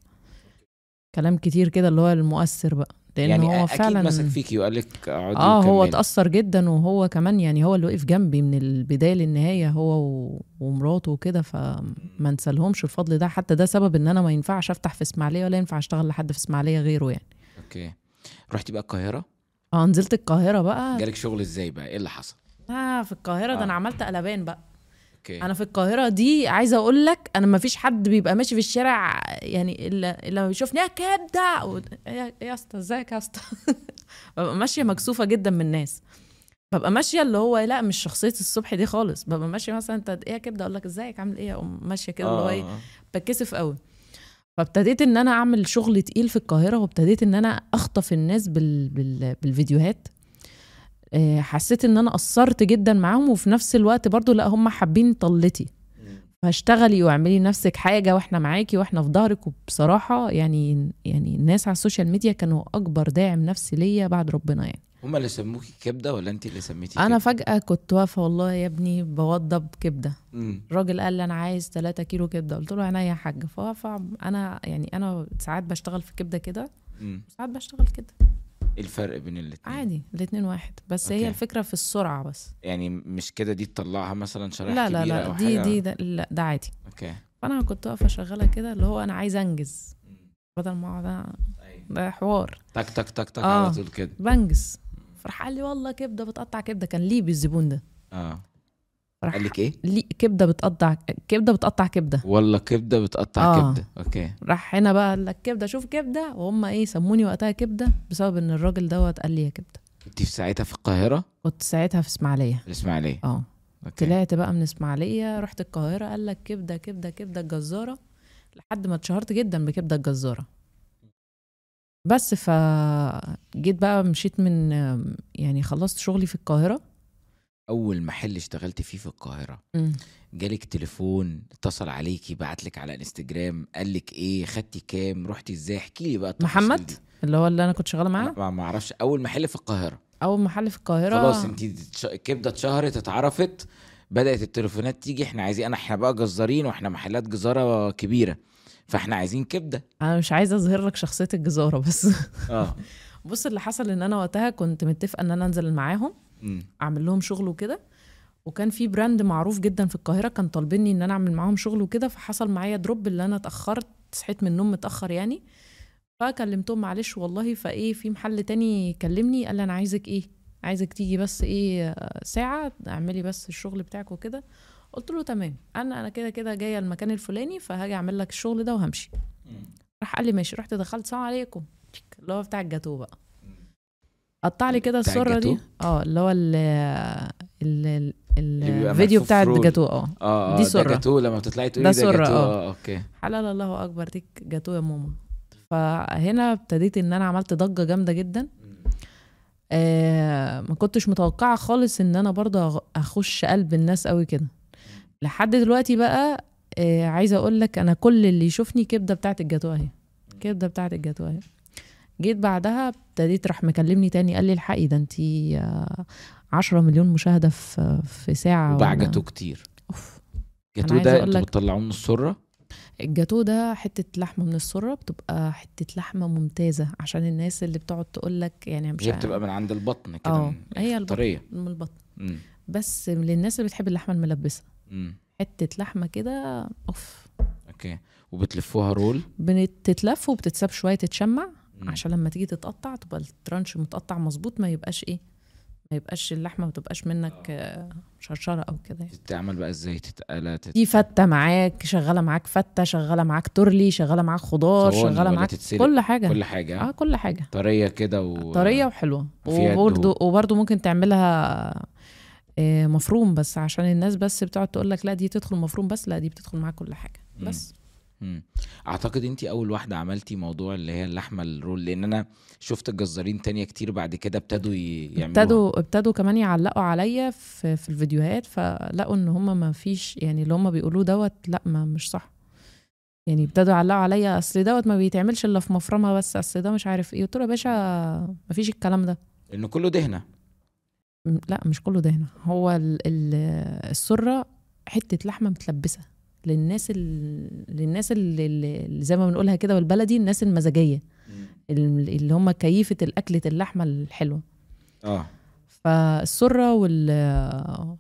Speaker 1: كلام كتير كده اللي هو المؤثر بقى، لان
Speaker 2: يعني
Speaker 1: هو
Speaker 2: اكيد مسك
Speaker 1: فعلا
Speaker 2: فيكي وقال لك اقعدي
Speaker 1: اه هو
Speaker 2: وكملي.
Speaker 1: اتأثر جدا، وهو كمان يعني هو اللي وقف جنبي من البدايه للنهايه، هو و- ومراته وكده، فما انسالهمش الفضل ده، حتى ده سبب ان انا ما ينفعش افتح في اسماعيليه ولا ينفع اشتغل لحد في اسماعيليه غيره يعني.
Speaker 2: اوكي، رحتي بقى القاهره،
Speaker 1: اه نزلت القاهره بقى.
Speaker 2: جالك شغل ازاي بقى؟ ايه اللي حصل؟
Speaker 1: اه في القاهره ده انا
Speaker 2: اه
Speaker 1: عملت قلبان بقى.
Speaker 2: اوكي.
Speaker 1: انا في القاهره دي عايزه اقول لك انا ما فيش حد بيبقى ماشي في الشارع يعني الا لما بيشوفني يا كبده و- يا يا اسطى ازيك يا اسطى. ببقى ماشيه مكسوفه جدا من الناس، ببقى ماشيه اللي هو لا مش شخصيه الصبح دي خالص، ببقى ماشيه مثلا انت ايه يا كبده اقول لك ازيك عامل ايه، اقوم ماشيه كده اللي هو ايه،
Speaker 2: اه اه
Speaker 1: بتكسف قوي. فابتديت ان انا اعمل شغل تقيل في القاهره، وابتديت ان انا اخطف الناس بال... بال... بالفيديوهات. آه، حسيت ان انا قصرت جدا معاهم، وفي نفس الوقت برضو لا هم حابين طلتي، فاشتغلي واعملي نفسك حاجه واحنا معاكي واحنا في ظهرك. وبصراحه يعني يعني الناس على السوشيال ميديا كانوا اكبر داعم نفسي ليا بعد ربنا يعني.
Speaker 2: هما اللي سموكي كبده ولا انت اللي سميتي
Speaker 1: انا
Speaker 2: كبده؟
Speaker 1: فجاه كنت واقفه والله يا ابني بوضب كبده،
Speaker 2: امم
Speaker 1: الراجل قال لي انا عايز ثلاثة كيلو كبده، قلت له عينيا يا حاج. فواقفه انا يعني انا ساعات بشتغل في كبده كده
Speaker 2: امم
Speaker 1: وساعات بشتغل كده
Speaker 2: ايه الفرق بين الاتنين؟
Speaker 1: عادي، الاتنين واحد، بس هي
Speaker 2: اوكي،
Speaker 1: الفكره في السرعه بس.
Speaker 2: يعني مش كده دي تطلعها مثلا شرايح
Speaker 1: لا لا
Speaker 2: كبيره
Speaker 1: لا
Speaker 2: او
Speaker 1: دي
Speaker 2: حاجه؟
Speaker 1: دي ده, لا ده عادي.
Speaker 2: اوكي.
Speaker 1: فانا كنت واقفه شغاله كده اللي هو انا عايزه انجز، بدل ما اقعد
Speaker 2: ايوه،
Speaker 1: ده حوار.
Speaker 2: تك تك تك تك على
Speaker 1: اه
Speaker 2: طول كده.
Speaker 1: بنجز. فراح قال لي والله كبده بتقطع كبده، كان ليه بالزبون ده.
Speaker 2: اه قال
Speaker 1: راح
Speaker 2: لك ايه؟
Speaker 1: لي كبده بتقطع كبده بتقطع كبده.
Speaker 2: والله كبده بتقطع
Speaker 1: اه
Speaker 2: كبده. اوكي.
Speaker 1: راح هنا بقى قال لك كبده، شوف كبده، وهم ايه سموني وقتها كبده بسبب ان الراجل دوت قال لي يا كبده.
Speaker 2: كنت في ساعتها في القاهره؟
Speaker 1: كنت ساعتها في اسماعيليه.
Speaker 2: في الاسماعيليه.
Speaker 1: اه
Speaker 2: اوكي.
Speaker 1: طلعت بقى من اسماعيليه رحت القاهره، قال لك كبده كبده كبده الجزاره، لحد ما اتشهرت جدا بكبده الجزاره. بس فجيت بقى مشيت من يعني خلصت شغلي في القاهره.
Speaker 2: اول محل اشتغلت فيه في القاهره
Speaker 1: مم.
Speaker 2: جالك تليفون، اتصل عليكي، بعتلك على انستجرام، قالك ايه، خدتي كام، رحتي ازاي؟ احكي لي بقى التفاصيل
Speaker 1: محمد
Speaker 2: دي.
Speaker 1: اللي هو اللي انا كنت شغاله
Speaker 2: انا
Speaker 1: معاه،
Speaker 2: ما ما اعرفش. اول محل في القاهره،
Speaker 1: اول محل في القاهره.
Speaker 2: خلاص انت الكبده اتشهرت اتعرفت، بدات التليفونات تيجي، احنا عايزين، انا احنا بقى جزارين واحنا محلات جزاره كبيره، فاحنا عايزين كبده.
Speaker 1: انا مش عايزه اظهر لك شخصيه الجزاره بس.
Speaker 2: اه
Speaker 1: بص اللي حصل ان انا وقتها كنت متفقه ان انا انزل معاهم
Speaker 2: امم
Speaker 1: اعمل لهم شغل وكده، وكان في براند معروف جدا في القاهره كان طالبيني ان انا اعمل معاهم شغل وكده، فحصل معايا دروب اللي انا اتاخرت، صحيت من النوم متاخر يعني، فكلمتهم معلش والله، فايه في محل تاني كلمني قال لي انا عايزك ايه، عايزك تيجي بس ايه ساعه اعملي بس الشغل بتاعك وكده. قلت له تمام، انا انا كده كده جايه المكان الفلاني فهاجي اعمل لك الشغل ده وهمشي. راح قال لي ماشي، رحت دخلت سلام عليكم اللي هو بتاع الجاتوه بقى، قطع لي كده
Speaker 2: بتاع
Speaker 1: السره دي.
Speaker 2: الجاتوه؟
Speaker 1: اه اللي هو ال ال
Speaker 2: اللي بيبقى
Speaker 1: الفيديو
Speaker 2: ملفوف
Speaker 1: بتاع
Speaker 2: رول.
Speaker 1: الجاتوه. اه
Speaker 2: اه
Speaker 1: دي
Speaker 2: اه ده
Speaker 1: سره،
Speaker 2: جاتوه، لما بتطلعي
Speaker 1: ده
Speaker 2: تقولي ده
Speaker 1: سره
Speaker 2: جاتوه.
Speaker 1: اه
Speaker 2: اه اوكي.
Speaker 1: حلال الله اكبر ديك جاتوه يا ماما. فهنا ابتديت ان انا عملت ضجه جامده جدا. آه ما كنتش متوقعه خالص ان انا برضه اخش قلب الناس قوي كده. لحد دلوقتي بقى آه عايزه اقول لك انا كل اللي يشوفني كبده بتاعت الجاتوه اهي، كبده بتاعت الجاتوه اهي. جيت بعدها ابتديت راح مكلمني تاني قال لي الحقي ده انتي آه عشرة مليون مشاهده في في ساعه.
Speaker 2: وباع
Speaker 1: ولا
Speaker 2: جاتوه كتير؟
Speaker 1: اوف.
Speaker 2: جاتوه
Speaker 1: عايزة
Speaker 2: ده
Speaker 1: أقول
Speaker 2: انتوا
Speaker 1: لك
Speaker 2: بتطلعوه من السره؟
Speaker 1: الجاتو ده حتة لحمة من السرة، بتبقى حتة لحمة ممتازة عشان الناس اللي بتقعد تقولك يعني مش
Speaker 2: هي بتبقى من عند البطن كده،
Speaker 1: اه
Speaker 2: من
Speaker 1: هي البطن،
Speaker 2: طريه.
Speaker 1: من البطن.
Speaker 2: امم
Speaker 1: بس للناس اللي بتحب اللحمة الملبسة
Speaker 2: امم
Speaker 1: حتة لحمة كده اوف.
Speaker 2: اوكي. وبتلفوها رول؟
Speaker 1: بتتلف وبتتساب شوية تتشمع
Speaker 2: مم.
Speaker 1: عشان لما تيجي تتقطع تبقى الترانش متقطع مظبوط، ما يبقاش ايه، ما يبقاش اللحمة ما تبقاش منك آه، شرشرة او كده يعني.
Speaker 2: تتعمل بقى ازاي؟ تتقلى تت...
Speaker 1: دي فتة معاك، شغالة معاك فتة، شغالة معاك تورلي، شغالة معاك خضار،
Speaker 2: صواني
Speaker 1: شغالة
Speaker 2: ولا
Speaker 1: معاك
Speaker 2: تتسلق؟
Speaker 1: كل حاجة.
Speaker 2: كل حاجه.
Speaker 1: اه كل حاجة
Speaker 2: طريه كده و...
Speaker 1: طرية وحلوة.
Speaker 2: وفيها
Speaker 1: وبرضو
Speaker 2: الدهون.
Speaker 1: وبرضو ممكن تعملها آه، مفروم، بس عشان الناس بس بتقعد تقول لك لا دي تدخل مفروم بس، لا دي بتدخل معاك كل حاجة بس.
Speaker 2: مم. اعتقد انتي اول واحدة عملتي موضوع اللي هي اللحمة الرول، لان انا شفت جزارين تانية كتير بعد كده ابتدوا ي- يعملوها.
Speaker 1: ابتدوا ابتدوا كمان يعلقوا عليا في في الفيديوهات، فلقوا ان هم ما فيش يعني اللي هم بيقولوه دوت لا ما مش صح يعني. ابتدوا يعلقوا عليا اصل دوت ما بيتعملش الا في مفرمه بس، اصل ده مش عارف ايه. قلت له يا باشا ما فيش الكلام ده،
Speaker 2: انه كله دهنه.
Speaker 1: م- لا مش كله دهنه، هو ال- ال- السره حته لحمه متلبسه للناس ال... للناس اللي, اللي زي ما بنقولها كده بالبلدي، الناس المزاجيه ال- اللي هم كيفه الاكله اللحمه الحلوه.
Speaker 2: اه
Speaker 1: فالسره وال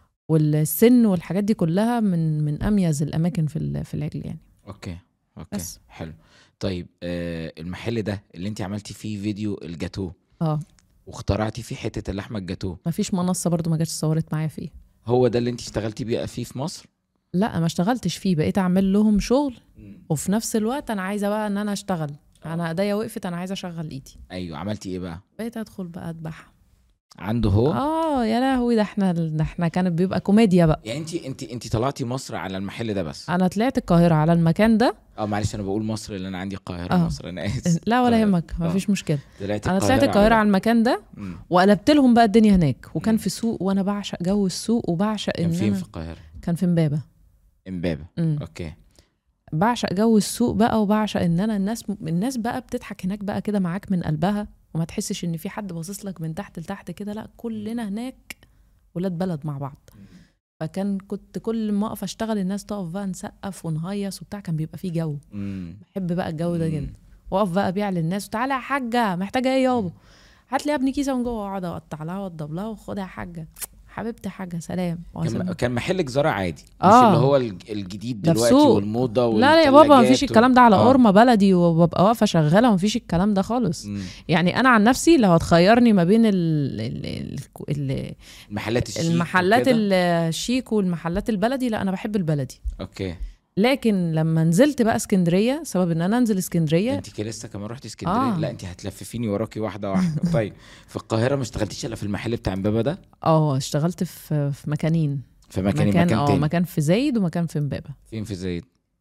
Speaker 1: والسن والحاجات دي كلها من من اميز الاماكن في ال- في العجل يعني.
Speaker 2: اوكي اوكي
Speaker 1: بس
Speaker 2: حلو. طيب آه المحل ده اللي انت عملتي فيه فيديو الجاتو
Speaker 1: اه
Speaker 2: واخترعتي فيه حته اللحمه الجاتو،
Speaker 1: مفيش منصه برضو ما جاتش صورت معايا فيه.
Speaker 2: هو ده اللي انت اشتغلتي بيه فيه في مصر؟
Speaker 1: لا ما اشتغلتش فيه، بقيت اعمل لهم شغل
Speaker 2: مم.
Speaker 1: وفي نفس الوقت انا عايزه بقى ان انا اشتغل. انا ايديا وقفت، انا عايزه اشغل ايدي.
Speaker 2: ايوه عملتي ايه بقى
Speaker 1: بقيت ادخل بقى اذبح.
Speaker 2: عنده هو؟
Speaker 1: اه يا لهوي، ده احنا ده احنا كانت بيبقى كوميديا بقى.
Speaker 2: يعني انت انت انت طلعتي مصر على المحل ده بس؟
Speaker 1: انا طلعت القاهره على المكان ده.
Speaker 2: اه معلش انا بقول مصر اللي انا عندي القاهره.
Speaker 1: آه.
Speaker 2: مصر انا اسف.
Speaker 1: لا ولا
Speaker 2: القاهرة.
Speaker 1: يهمك، مفيش مشكله.
Speaker 2: طلعت
Speaker 1: انا طلعت القاهره على المكان ده
Speaker 2: مم.
Speaker 1: وقلبت لهم بقى الدنيا هناك، وكان
Speaker 2: مم.
Speaker 1: في سوق وانا بعشق جو السوق وبعشق
Speaker 2: كان
Speaker 1: ان
Speaker 2: فين
Speaker 1: انا
Speaker 2: في القاهره؟
Speaker 1: كان في امبابه.
Speaker 2: امبابه.
Speaker 1: مم.
Speaker 2: اوكي.
Speaker 1: بعشق جو السوق بقى، وبعشق ان انا الناس الناس بقى بتضحك هناك بقى كده معاك من قلبها، وما تحسش ان في حد باصص لك من تحت لتحت كده، لا كلنا هناك ولاد بلد مع بعض. فكان كنت كل ما اقف اشتغل الناس تقف بقى نسقف ونهيص وبتاع، كان بيبقى فيه جو.
Speaker 2: مم.
Speaker 1: بحب بقى الجو ده
Speaker 2: مم.
Speaker 1: جدا. واقف بقى ابيع للناس، وتعالى يا حاجه محتاجه ايه يابا، هات لي يا ابني كيسه من جوه، واقعد اقطع لها واضرب لها وخدها يا حاجه حبيبتي يا حاجه سلام.
Speaker 2: كان كان محل جزارة عادي مش
Speaker 1: آه.
Speaker 2: اللي هو الج- الجديد
Speaker 1: ده في
Speaker 2: دلوقتي
Speaker 1: سوق.
Speaker 2: والموضة
Speaker 1: لا لا يا بابا
Speaker 2: والتلاجات
Speaker 1: مفيش
Speaker 2: و-
Speaker 1: الكلام ده على
Speaker 2: آه.
Speaker 1: قرمه بلدي وببقى واقفه شغاله، مفيش الكلام ده خالص.
Speaker 2: مم.
Speaker 1: يعني انا عن نفسي لو هتخيرني ما بين ال ال ال ال
Speaker 2: المحلات الشيك
Speaker 1: المحلات
Speaker 2: وكده.
Speaker 1: الشيك والمحلات البلدي، لا انا بحب البلدي.
Speaker 2: اوكي.
Speaker 1: لكن لما نزلت بقى اسكندريه، سبب ان انا انزل اسكندريه،
Speaker 2: انت كده لسه كمان رحتي اسكندريه؟
Speaker 1: آه.
Speaker 2: لا انت هتلففيني وراكي واحده واحده. طيب في القاهره ما اشتغلتيش الا في المحل بتاع امبابه ده؟
Speaker 1: اه اشتغلت في في مكانين.
Speaker 2: في مكان
Speaker 1: مكان
Speaker 2: مكان
Speaker 1: اه
Speaker 2: تاني
Speaker 1: مكان في زايد ومكان في امبابه.
Speaker 2: فين في زايد؟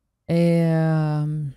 Speaker 1: آم،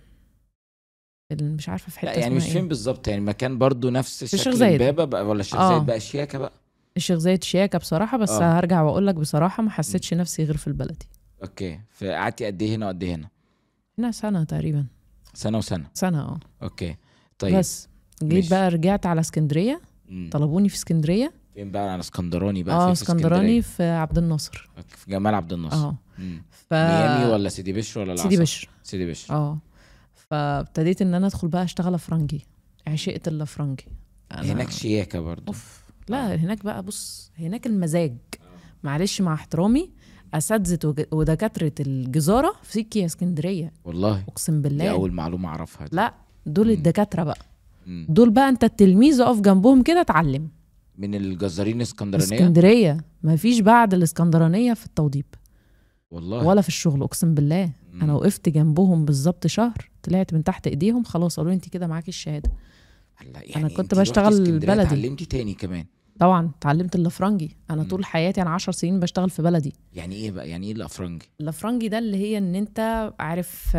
Speaker 1: ال- مش عارفه في حته
Speaker 2: لا يعني
Speaker 1: اسمها
Speaker 2: مش فين
Speaker 1: ايه.
Speaker 2: بالظبط، يعني مكان برضو نفس
Speaker 1: الشيخ
Speaker 2: شكل
Speaker 1: زايد.
Speaker 2: امبابه بقى ولا الشيخ
Speaker 1: آه.
Speaker 2: زايد بقى شياكه بقى؟
Speaker 1: الشيخ زايد شياكه بصراحه، بس
Speaker 2: آه.
Speaker 1: هرجع واقول لك بصراحه ما حسيتش نفسي غير في البلدي.
Speaker 2: اوكي. فقعدتي قد ايه هنا وقد ايه هنا؟
Speaker 1: هنا سنه تقريبا.
Speaker 2: سنه وسنه.
Speaker 1: سنه اه.
Speaker 2: اوكي. طيب
Speaker 1: بس جيت
Speaker 2: ماشي.
Speaker 1: بقى رجعت على اسكندريه،
Speaker 2: مم.
Speaker 1: طلبوني في اسكندريه.
Speaker 2: فين بقى؟ على اسكندراني بقى؟
Speaker 1: اه
Speaker 2: فين في
Speaker 1: اسكندراني
Speaker 2: اسكندريه؟
Speaker 1: في عبد الناصر.
Speaker 2: في جمال عبد الناصر.
Speaker 1: اه
Speaker 2: مم.
Speaker 1: ف
Speaker 2: ميامي ولا سيدي بشر ولا
Speaker 1: سيدي
Speaker 2: العصر؟
Speaker 1: بشر.
Speaker 2: سيدي بشر.
Speaker 1: اه فابتديت ان انا ادخل بقى اشتغل افرنجي، عشقت الافرنجي. أنا-
Speaker 2: هناك شياكه برضو.
Speaker 1: اوف لا هناك بقى بص، هناك المزاج، معلش مع احترامي، اساتذه وج- ودكاتره الجزاره في سكي يا اسكندريه،
Speaker 2: والله
Speaker 1: اقسم
Speaker 2: دي
Speaker 1: بالله.
Speaker 2: اول معلومه اعرفها دي.
Speaker 1: لا دول
Speaker 2: مم.
Speaker 1: الدكاتره بقى،
Speaker 2: مم.
Speaker 1: دول بقى انت التلميذ اقف جنبهم كده اتعلم.
Speaker 2: من الجزارين اسكندرانيه.
Speaker 1: اسكندريه ما فيش بعد الاسكندرانيه في التوضيب
Speaker 2: والله.
Speaker 1: ولا في الشغل، اقسم بالله.
Speaker 2: مم.
Speaker 1: انا وقفت جنبهم بالظبط شهر، طلعت من تحت ايديهم خلاص قالوا لي انت كده معاكي الشهاده.
Speaker 2: هلا
Speaker 1: أنا كنت
Speaker 2: انتي روحتي
Speaker 1: بشتغل
Speaker 2: اسكندرية
Speaker 1: بلدي.
Speaker 2: اتعلمتي تاني كمان؟
Speaker 1: طبعا اتعلمت الافرنجي. انا
Speaker 2: مم.
Speaker 1: طول حياتي انا عشر سنين بشتغل في بلدي.
Speaker 2: يعني ايه بقى؟ يعني ايه الافرنجي؟
Speaker 1: الافرنجي ده اللي هي ان انت عارف،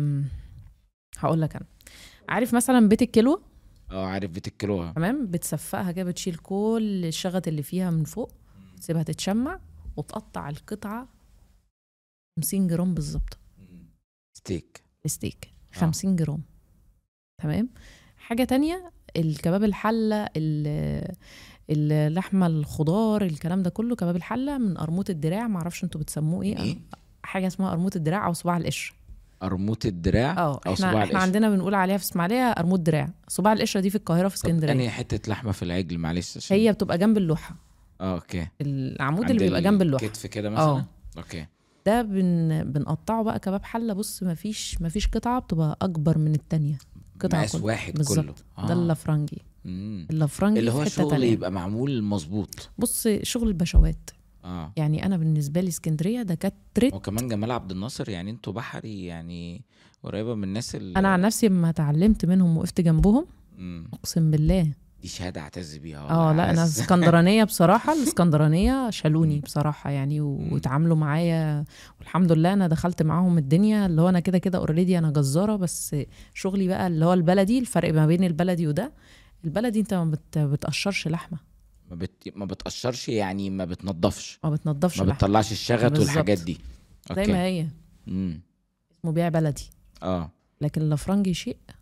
Speaker 1: هقول لك انا عارف مثلا بيت الكلوه،
Speaker 2: اه عارف بتكلوها.
Speaker 1: تمام، بتصفقها كده، بتشيل كل الشغط اللي فيها من فوق، تسيبها تتشمع وتقطع القطعه خمسين جرام بالظبط.
Speaker 2: ستيك.
Speaker 1: الستيك
Speaker 2: آه.
Speaker 1: خمسين جرام. تمام. حاجه تانية الكباب الحله، ال- اللحمه الخضار، الكلام ده كله كباب الحله من قرموط الدراع، معرفش انتوا بتسموه ايه.
Speaker 2: ايه؟
Speaker 1: حاجه اسمها قرموط الدراع او صباع القشر.
Speaker 2: قرموط الدراع
Speaker 1: اه
Speaker 2: او
Speaker 1: احنا
Speaker 2: صباع
Speaker 1: احنا
Speaker 2: القشر؟
Speaker 1: عندنا بنقول عليها في اسماعيليه قرموط دراع. صباع القشره دي في القاهره في
Speaker 2: طب
Speaker 1: اسكندريه.
Speaker 2: انهي حته لحمه في العجل معلش عشان
Speaker 1: هي بتبقى جنب اللوحه،
Speaker 2: اه اوكي.
Speaker 1: العمود
Speaker 2: عند
Speaker 1: اللي بيبقى جنب اللوحه
Speaker 2: الكتف كده مثلا.
Speaker 1: اه.
Speaker 2: اوكي.
Speaker 1: ده بن... بنقطعه بقى كباب حله. بص مفيش مفيش قطعه بتبقى اكبر من التانية، قطعه
Speaker 2: مقاس
Speaker 1: كله.
Speaker 2: واحد كله.
Speaker 1: بالظبط.
Speaker 2: آه.
Speaker 1: ده اللافرنجي.
Speaker 2: مم.
Speaker 1: اللافرنجي
Speaker 2: اللي هو
Speaker 1: في حته
Speaker 2: الشغل
Speaker 1: تانية.
Speaker 2: يبقى معمول مظبوط.
Speaker 1: بص شغل البشوات.
Speaker 2: اه.
Speaker 1: يعني انا بالنسبه لي اسكندريه دكاتره.
Speaker 2: وكمان جمال عبد الناصر يعني انتوا بحري، يعني قريبه من الناس اللي
Speaker 1: انا عن نفسي لما اتعلمت منهم وقفت جنبهم،
Speaker 2: مم.
Speaker 1: اقسم بالله.
Speaker 2: دي شهاده اعتز بيها.
Speaker 1: اه لا انا
Speaker 2: عز.
Speaker 1: اسكندرانيه بصراحه. الاسكندرانيه شالوني
Speaker 2: مم.
Speaker 1: بصراحه يعني،
Speaker 2: مم.
Speaker 1: واتعاملوا معايا والحمد لله. انا دخلت معاهم الدنيا اللي هو انا كده كده اوريدي انا جزاره، بس شغلي بقى اللي هو البلدي. الفرق ما بين البلدي وده، البلدي انت ما بت... بتقشرش لحمه،
Speaker 2: ما بت... ما بتقشرش يعني ما بتنضفش،
Speaker 1: ما بتنضفش
Speaker 2: ما
Speaker 1: لحمه
Speaker 2: بتطلعش الشغط
Speaker 1: بالظبط.
Speaker 2: والحاجات دي.
Speaker 1: زي ما هي
Speaker 2: امم
Speaker 1: اسمه بيع بلدي.
Speaker 2: اه.
Speaker 1: لكن الافرنجي شيء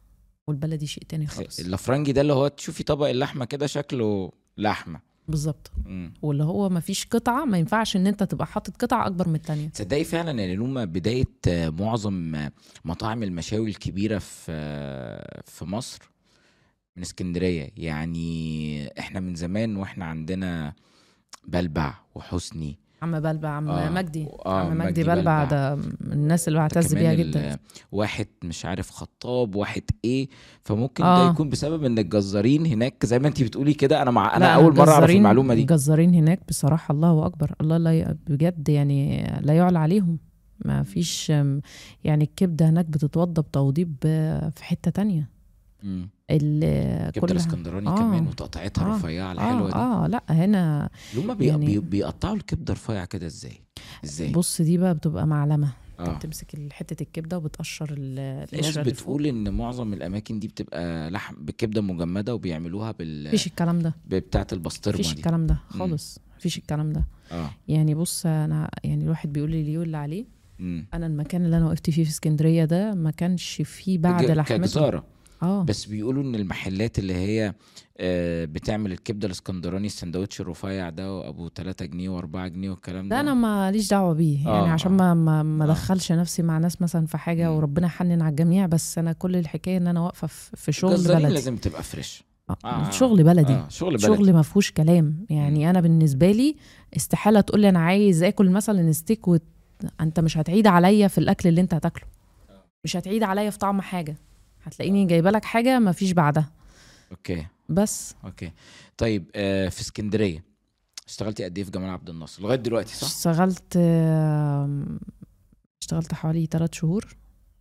Speaker 1: والبلدي شيء تاني خالص.
Speaker 2: الافرنجي ده اللي هو تشوفي طبق اللحمه كده شكله لحمه
Speaker 1: بالظبط،
Speaker 2: مم.
Speaker 1: واللي هو ما فيش قطعه، ما ينفعش ان انت تبقى حاطط قطعه اكبر من التانية.
Speaker 2: تصدقي فعلا يا لوما بدايه آه، معظم آه، مطاعم المشاوي الكبيره في آه، في مصر من اسكندريه. يعني احنا من زمان واحنا عندنا بلبع وحسني.
Speaker 1: عم بلبع، عم
Speaker 2: آه،
Speaker 1: مجدي
Speaker 2: آه،
Speaker 1: عم مجدي
Speaker 2: مجدي
Speaker 1: بلبع
Speaker 2: بلبع.
Speaker 1: ده من الناس اللي
Speaker 2: ده
Speaker 1: بعتز
Speaker 2: كمان
Speaker 1: بيها
Speaker 2: ال-
Speaker 1: جدا.
Speaker 2: واحد مش عارف خطاب واحد ايه. فممكن ده
Speaker 1: اه
Speaker 2: يكون بسبب ان الجزارين هناك زي ما انتي بتقولي كده. انا مع انا
Speaker 1: لا،
Speaker 2: اول مره اعرف
Speaker 1: الجزارين
Speaker 2: المعلومه دي.
Speaker 1: الجزارين هناك بصراحة الله أكبر، الله لا ي- بجد يعني لا يعلى عليهم. ما فيش أم، يعني الكبدة هناك بتتوضى بتوضيب آه، في حتة تانية.
Speaker 2: مم.
Speaker 1: ال-
Speaker 2: كبده
Speaker 1: كل
Speaker 2: الاسكندراني
Speaker 1: اه
Speaker 2: كمان وتقطعتها
Speaker 1: اه
Speaker 2: رفيعه الحلوه
Speaker 1: اه
Speaker 2: دي.
Speaker 1: اه لا هنا
Speaker 2: هما بي...
Speaker 1: يعني.
Speaker 2: بي... بيقطعوا الكبده رفيع كده ازاي ازاي
Speaker 1: بص دي بقى بتبقى معلمة. انت
Speaker 2: اه
Speaker 1: بتمسك حتة الكبدة وبتقشر ال-
Speaker 2: في ناس
Speaker 1: القشرة اللي فوق.
Speaker 2: بتقول ان معظم الاماكن دي بتبقى لحم بالكبده مجمده وبيعملوها بال
Speaker 1: مفيش الكلام ده،
Speaker 2: بتاعه البسطرمه
Speaker 1: مفيش
Speaker 2: دي.
Speaker 1: الكلام ده
Speaker 2: مم.
Speaker 1: خالص، مفيش الكلام ده.
Speaker 2: اه
Speaker 1: يعني بص انا يعني الواحد بيقول لي ليه واللي عليه.
Speaker 2: امم
Speaker 1: انا المكان اللي انا وقفت فيه في اسكندريه ده ما كانش فيه بعد لحمته.
Speaker 2: كجزاره.
Speaker 1: اه
Speaker 2: بس بيقولوا ان المحلات اللي هي آه، بتعمل الكبده الاسكندراني السندوتش الرفيع ده وابو ثلاثة جنيه و4 جنيه والكلام
Speaker 1: ده
Speaker 2: ده.
Speaker 1: انا ماليش دعوه بيه،
Speaker 2: آه،
Speaker 1: يعني عشان
Speaker 2: آه.
Speaker 1: ما ما ما
Speaker 2: آه.
Speaker 1: ادخلش نفسي مع ناس مثلا في حاجه،
Speaker 2: مم.
Speaker 1: وربنا يحنن على الجميع. بس انا كل الحكايه ان انا واقفه في في شغل
Speaker 2: الجزارين
Speaker 1: بلدي.
Speaker 2: لازم تبقى فريش.
Speaker 1: آه.
Speaker 2: آه.
Speaker 1: شغل بلدي.
Speaker 2: اه شغل بلدي.
Speaker 1: شغل ما فيهوش كلام. يعني
Speaker 2: مم.
Speaker 1: انا بالنسبه لي استحاله تقول لي انا عايز اكل مثلا ستيك وت... انت مش هتعيد عليا في الاكل اللي انت هتاكله، مش هتعيد عليا في طعم حاجه، هتلاقيني جايبه لك حاجه ما فيش بعدها.
Speaker 2: اوكي
Speaker 1: بس
Speaker 2: اوكي. طيب آه، في اسكندريه اشتغلتي قد ايه في جمال عبد الناصر لغايه دلوقتي صح؟
Speaker 1: اشتغلت آم، اشتغلت حوالي ثلاث شهور.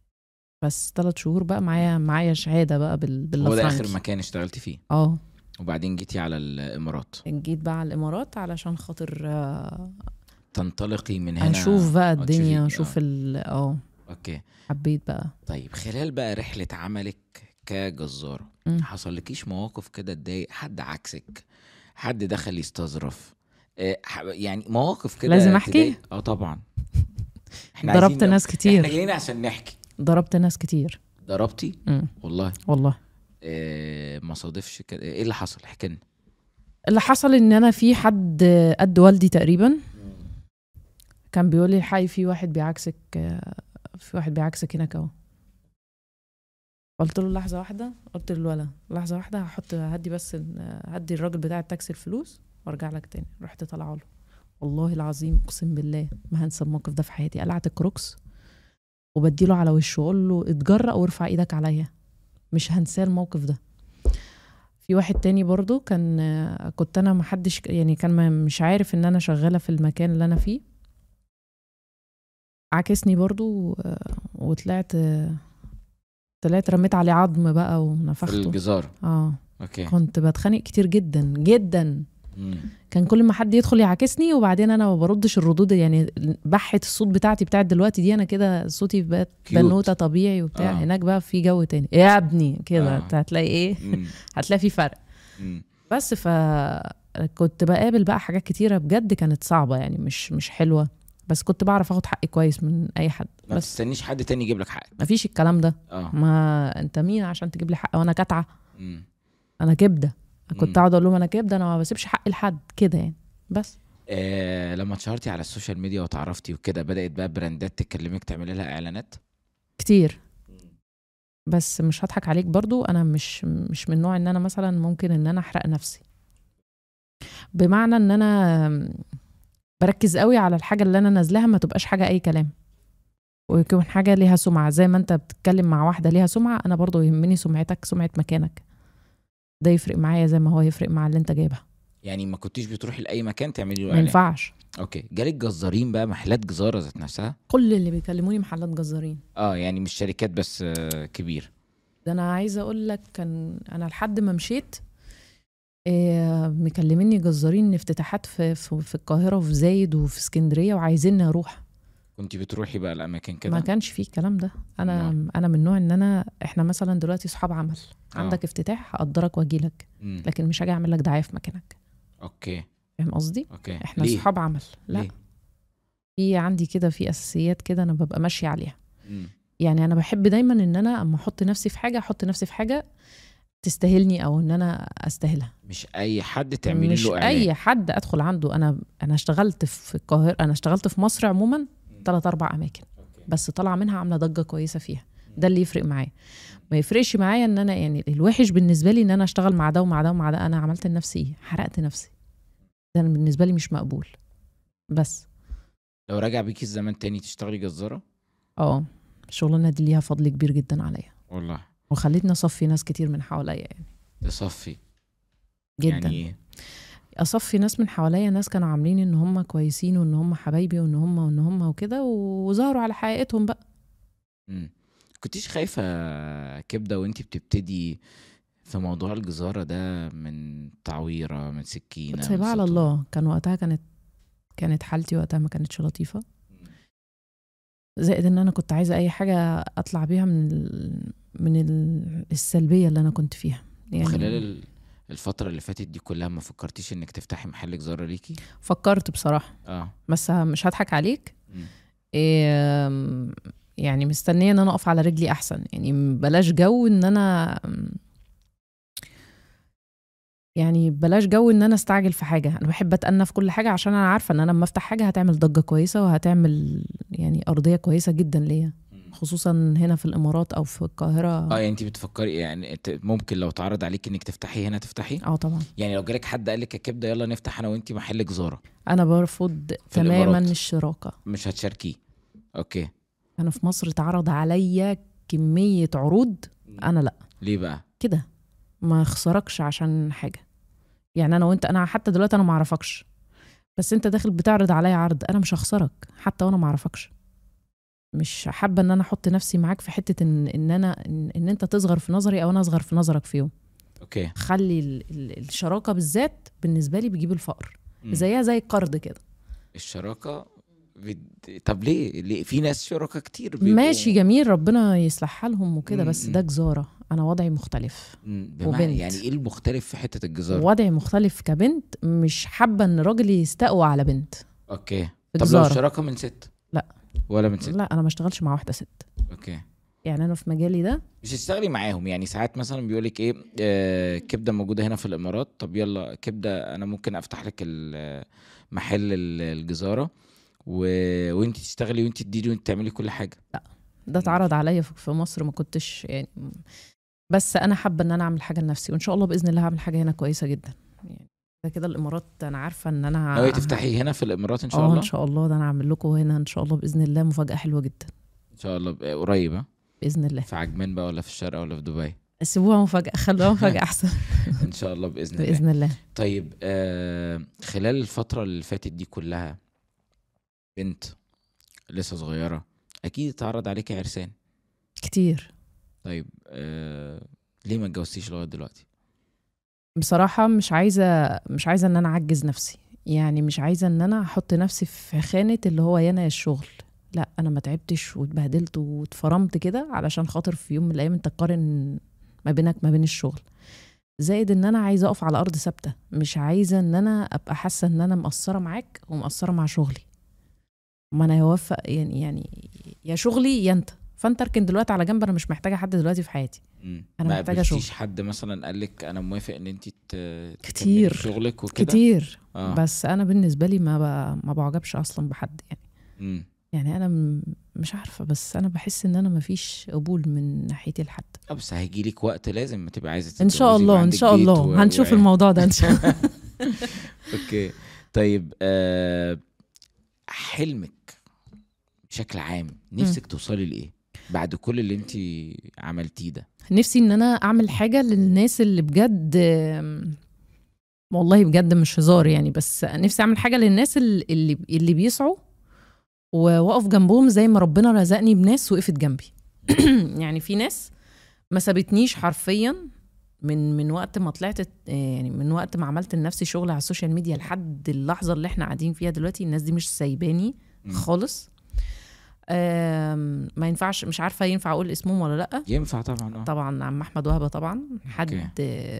Speaker 1: بس ثلاث شهور بقى معايا معايا شهاده بقى بال
Speaker 2: هو ده اخر
Speaker 1: باللافرانكي.
Speaker 2: مكان اشتغلتي فيه
Speaker 1: اه
Speaker 2: وبعدين جيتي على الامارات
Speaker 1: جيت بقى على الامارات علشان خاطر آه،
Speaker 2: تنطلقي من هنا.
Speaker 1: اشوف بقى
Speaker 2: آه،
Speaker 1: الدنيا،
Speaker 2: تشوفي-
Speaker 1: اشوف
Speaker 2: آه.
Speaker 1: ال اه
Speaker 2: اوكي.
Speaker 1: حبيت بقى.
Speaker 2: طيب خلال بقى رحله عملك كجزاره
Speaker 1: مم.
Speaker 2: حصل لكيش مواقف كده تضايق حد عكسك، حد دخل يستظرف آه، ح- يعني مواقف كده
Speaker 1: لازم أحكي؟
Speaker 2: تضايق؟ اه طبعا. احنا
Speaker 1: ضربت
Speaker 2: عايزين-
Speaker 1: ناس
Speaker 2: احنا
Speaker 1: كتير،
Speaker 2: جايين عشان نحكي.
Speaker 1: ضربت ناس كتير.
Speaker 2: ضربتي
Speaker 1: مم.
Speaker 2: والله؟
Speaker 1: والله
Speaker 2: آه، ما صادفش كده. ايه اللي حصل؟ احكي لنا.
Speaker 1: اللي حصل ان انا في حد قد والدي تقريبا كان بيقول لي الحقي في واحد بيعكسك، آه، في واحد بيعكسك هناك اهو. قلت له لحظه واحده، قلت له الولا لحظه واحده هحط هدي بس ال- هدي الراجل بتاع التاكسي الفلوس وارجع لك تاني. رحت طالعه له، والله العظيم اقسم بالله ما هنسى الموقف ده في حياتي. قلعت الكروكس وبديله على وشه واقول له اتجرأ وارفع ايدك عليا. مش هنساه الموقف ده. في واحد تاني برضو كان آه، كنت انا محدش يعني كان ما- مش عارف ان انا شغاله في المكان اللي انا فيه. عكسني برضو آه، وطلعت آه، طلعت رميت عليه عظم بقى
Speaker 2: في
Speaker 1: ونفخته.
Speaker 2: الجزاره.
Speaker 1: اه
Speaker 2: اوكي.
Speaker 1: كنت بتخانق كتير جدا جدا.
Speaker 2: مم.
Speaker 1: كان كل ما حد يدخل يعاكسني وبعدين انا ما بردش الردود، يعني بحة الصوت بتاعتي بتاعت دلوقتي دي انا كده صوتي بقت
Speaker 2: كيوت.
Speaker 1: بنوته طبيعي وبتاع.
Speaker 2: آه.
Speaker 1: هناك بقى في جو تاني يا ابني كده.
Speaker 2: آه.
Speaker 1: انت هتلاقي ايه؟
Speaker 2: مم.
Speaker 1: هتلاقي في فرق.
Speaker 2: مم.
Speaker 1: بس فكنت بقابل بقى حاجات كتيرة بجد كانت صعبة، يعني مش مش حلوة. بس كنت بعرف اخد حقي كويس من اي حد.
Speaker 2: ما
Speaker 1: بس
Speaker 2: تستنيش حد تاني يجيب لك حقك.
Speaker 1: مفيش الكلام ده.
Speaker 2: اه
Speaker 1: ما انت مين عشان تجيب لي حق وانا كتعة؟
Speaker 2: مم.
Speaker 1: انا كبدة. كنت
Speaker 2: مم.
Speaker 1: اقعد اقول لهم انا كبدة، انا ما بسيبش حق لحد كده يعني. بس
Speaker 2: آه لما اتشهرتي على السوشيال ميديا وتعرفتي وكده بدأت بقى براندات تكلمك تعملي لها اعلانات؟
Speaker 1: كتير. بس مش هضحك عليك برضو، انا مش مش من نوع ان انا مثلا ممكن ان انا احرق نفسي. بمعنى ان انا بركز قوي على الحاجة اللي انا نازلها ما تبقاش حاجة اي كلام، ويكون حاجة ليها سمعة. زي ما انت بتتكلم مع واحدة ليها سمعة، انا برضو يهمني سمعتك، سمعة مكانك. ده يفرق معايا زي ما هو يفرق مع اللي انت جايبها.
Speaker 2: يعني ما كنتيش بتروحي لاي مكان تعملي له
Speaker 1: ما
Speaker 2: اعلان؟
Speaker 1: ينفعش.
Speaker 2: اوكي. جالك جزارين بقى، محلات جزاره ذات نفسها؟
Speaker 1: كل اللي بيكلموني محلات جزارين.
Speaker 2: اه يعني مش شركات بس آه كبير.
Speaker 1: ده انا عايزه اقول لك كان انا لحد ما مشيت إيه مكلميني جزارين افتتاحات في, في في القاهره وفي زايد وفي اسكندريه وعايزيني اروح.
Speaker 2: كنتي بتروحي بقى الاماكن كده؟
Speaker 1: ما كانش فيه الكلام ده. انا
Speaker 2: نعم.
Speaker 1: انا من نوع ان انا احنا مثلا دلوقتي صحاب عمل،
Speaker 2: آه.
Speaker 1: عندك افتتاح هقدرك واجيلك،
Speaker 2: مم.
Speaker 1: لكن مش هاجي اعمل لك دعايه في مكانك.
Speaker 2: اوكي
Speaker 1: فاهم قصدي؟
Speaker 2: اوكي.
Speaker 1: احنا
Speaker 2: ليه؟
Speaker 1: صحاب عمل. لا
Speaker 2: ليه؟
Speaker 1: في عندي كده في اساسيات كده انا ببقى ماشيه عليها.
Speaker 2: مم.
Speaker 1: يعني انا بحب دايما ان انا اما احط نفسي في حاجه احط نفسي في حاجه تستاهلني او ان انا استاهلها.
Speaker 2: مش اي حد تعملي
Speaker 1: مش
Speaker 2: له اعلان.
Speaker 1: اي حد ادخل عنده. انا انا اشتغلت في القاهره، انا اشتغلت في مصر عموما ثلاث اربع اماكن بس طالعه منها عامله ضجه كويسه فيها. ده اللي يفرق معايا. ما يفرقش معايا ان انا يعني الوحش بالنسبه لي ان انا اشتغل مع ده ومع ده ومع ده. انا عملت لنفسي ايه؟ حرقت نفسي. ده بالنسبه لي مش مقبول. بس
Speaker 2: لو راجع بيكي الزمان تاني تشتغلي جزارة؟
Speaker 1: اه الشغلانه دي ليها فضل كبير جدا عليا
Speaker 2: والله.
Speaker 1: وخلتني اصفي ناس كتير من حواليا يعني.
Speaker 2: تصفي
Speaker 1: جدا.
Speaker 2: يعني ايه؟
Speaker 1: اصفي ناس من حواليا، ناس كانوا عاملين ان هم كويسين وان هم حبايبي وان هم وان هم وكده وظهروا على حقيقتهم بقى.
Speaker 2: مم. كنتيش خايفة كبدة وانتي بتبتدي في موضوع الجزارة ده من تعويرة، من سكينة،
Speaker 1: كنت
Speaker 2: من
Speaker 1: سايباها على
Speaker 2: سطوة؟
Speaker 1: الله. كان وقتها كانت كانت حالتي وقتها ما كانتش لطيفة. زائد ان انا كنت عايزة اي حاجة اطلع بيها من ال... من ال... السلبية اللي انا كنت فيها يعني.
Speaker 2: وخلال ال- الفترة اللي فاتت دي كلها ما فكرتيش انك تفتحي محل جزارة ليكي؟
Speaker 1: فكرت بصراحة
Speaker 2: اه.
Speaker 1: بس مش هضحك عليك.
Speaker 2: مم.
Speaker 1: إيه يعني مستنية ان انا اقف على رجلي احسن. يعني بلاش جو ان انا يعني بلاش جو ان انا استعجل في حاجة. انا بحب اتأنى في كل حاجة عشان انا عارفة ان انا لما افتح حاجة هتعمل ضجة كويسة وهتعمل يعني ارضية كويسة جدا ليا، خصوصا هنا في الامارات او في القاهرة.
Speaker 2: اه يعني انت بتفكري يعني انت ممكن لو اتعرض عليك انك تفتحي هنا تفتحي؟
Speaker 1: اه طبعا.
Speaker 2: يعني لو جالك حد قالك يا كبده يلا نفتح انا وانت محل جزاره؟
Speaker 1: انا برفض
Speaker 2: في
Speaker 1: تماما
Speaker 2: الإمارات.
Speaker 1: الشراكة.
Speaker 2: مش هتشاركيه؟ اوكي.
Speaker 1: انا في مصر اتعرض عليا كمية عروض. انا لا
Speaker 2: ليه بقى؟
Speaker 1: كده ما اخسركش عشان حاجة. يعني انا وانت، انا حتى دلوقتي انا ما اعرفكش بس انت داخل بتعرض عليا عرض، انا مش هخسرك حتى وانا ما اعرفكش. مش حابه ان انا احط نفسي معاك في حته ان ان انا ان, إن انت تصغر في نظري او انا اصغر في نظرك في يوم.
Speaker 2: اوكي.
Speaker 1: خلي ال ال الشراكه بالذات بالنسبه لي بيجيب الفقر.
Speaker 2: مم.
Speaker 1: زيها زي القرض كده.
Speaker 2: الشراكه بد... طب ليه؟ ليه في ناس شركاء كتير بيبقوا
Speaker 1: ماشي جميل ربنا يصلح حالهم وكده
Speaker 2: مم،
Speaker 1: بس
Speaker 2: مم.
Speaker 1: ده جزاره. انا وضعي مختلف.
Speaker 2: مم، بمعنى
Speaker 1: وبنت.
Speaker 2: يعني ايه المختلف في حته الجزاره؟
Speaker 1: وضعي مختلف كبنت. مش حابه ان راجل يستقوى على بنت.
Speaker 2: اوكي.
Speaker 1: في
Speaker 2: طب لو
Speaker 1: جزارة.
Speaker 2: الشراكه من ست؟
Speaker 1: لا.
Speaker 2: ولا من ست؟
Speaker 1: لا انا ما اشتغلش مع واحده ست.
Speaker 2: اوكي.
Speaker 1: يعني انا في مجالي ده
Speaker 2: مش تشتغلي معاهم يعني؟ ساعات مثلا بيقولك ايه آه كبده موجوده هنا في الامارات، طب يلا كبده انا ممكن افتح لك ال- محل ال- الجزاره و... وانت تشتغلي وانت تديري وانت تعملي كل حاجه.
Speaker 1: ده اتعرض عليا في في مصر ما كنتش يعني. بس انا حابه ان انا اعمل حاجه لنفسي وان شاء الله باذن الله هعمل حاجه هنا كويسه جدا يعني. ده كده الامارات انا عارفه ان انا
Speaker 2: ناويه تفتحي هنا في الامارات ان شاء
Speaker 1: اه
Speaker 2: الله؟
Speaker 1: ان شاء الله. ده انا هعمل لكم هنا ان شاء الله باذن الله مفاجاه حلوه جدا
Speaker 2: ان شاء الله بقى قريب. ها؟
Speaker 1: باذن الله.
Speaker 2: في عجمان بقى ولا في الشارقه ولا في دبي؟
Speaker 1: سيبوها مفاجاه، خلوها مفاجاه احسن.
Speaker 2: ان شاء الله باذن الله.
Speaker 1: باذن الله.
Speaker 2: طيب آه خلال الفتره اللي فاتت دي كلها بنت لسه صغيره اكيد اتعرض عليك عرسان
Speaker 1: كتير.
Speaker 2: طيب آه ليه ما اتجوزتيش لغايه دلوقتي؟
Speaker 1: بصراحه مش عايزه مش عايزه ان انا اعجز نفسي. يعني مش عايزه ان انا احط نفسي في خانه اللي هو يانا يا الشغل. لا انا ما تعبتش واتبهدلت واتفرمت كده علشان خاطر في يوم من الايام انت تقارن ما بينك ما بين الشغل. زائد ان انا عايزه اقف على ارض ثابته. مش عايزه ان انا ابقى حاسه ان انا مقصره معاك ومقصره مع شغلي. ما انا يوفق يعني يعني يا شغلي يا انت. فانت اركن دلوقتي على جنب. انا مش محتاجه حد دلوقتي في حياتي.
Speaker 2: مم.
Speaker 1: أنا
Speaker 2: ما
Speaker 1: محتاجة
Speaker 2: قابلتيش
Speaker 1: شغل.
Speaker 2: حد مثلا قال لك انا موافق ان انت تكملي
Speaker 1: كتير.
Speaker 2: شغلك وكده؟
Speaker 1: كتير.
Speaker 2: آه.
Speaker 1: بس انا بالنسبه لي ما ب... ما بعجبش اصلا بحد يعني.
Speaker 2: مم.
Speaker 1: يعني انا م... مش عارفه بس انا بحس ان انا ما فيش قبول من ناحيتي لحد.
Speaker 2: اه بس هيجي لك وقت لازم ما تبقى عايزه
Speaker 1: ان شاء الله ان شاء الله و... هنشوف و... الموضوع ده ان شاء الله.
Speaker 2: اوكي. طيب آه حلمك بشكل عام نفسك توصلي لايه بعد كل اللي انت عملتيه ده؟
Speaker 1: نفسي ان انا اعمل حاجه للناس اللي بجد والله بجد مش هزار يعني. بس نفسي اعمل حاجه للناس اللي اللي بيسعوا ووقف جنبهم زي ما ربنا رزقني بناس وقفت جنبي. يعني في ناس ما سابتنيش حرفيا من من وقت ما طلعت يعني من وقت ما عملت لنفسي شغل على السوشيال ميديا لحد اللحظه اللي احنا قاعدين فيها دلوقتي. الناس دي مش سايباني خالص. ما ينفعش مش عارفه ينفع اقول اسمهم ولا لا؟
Speaker 2: ينفع طبعا. اه
Speaker 1: طبعا عم احمد وهبه طبعا حد
Speaker 2: أوكي.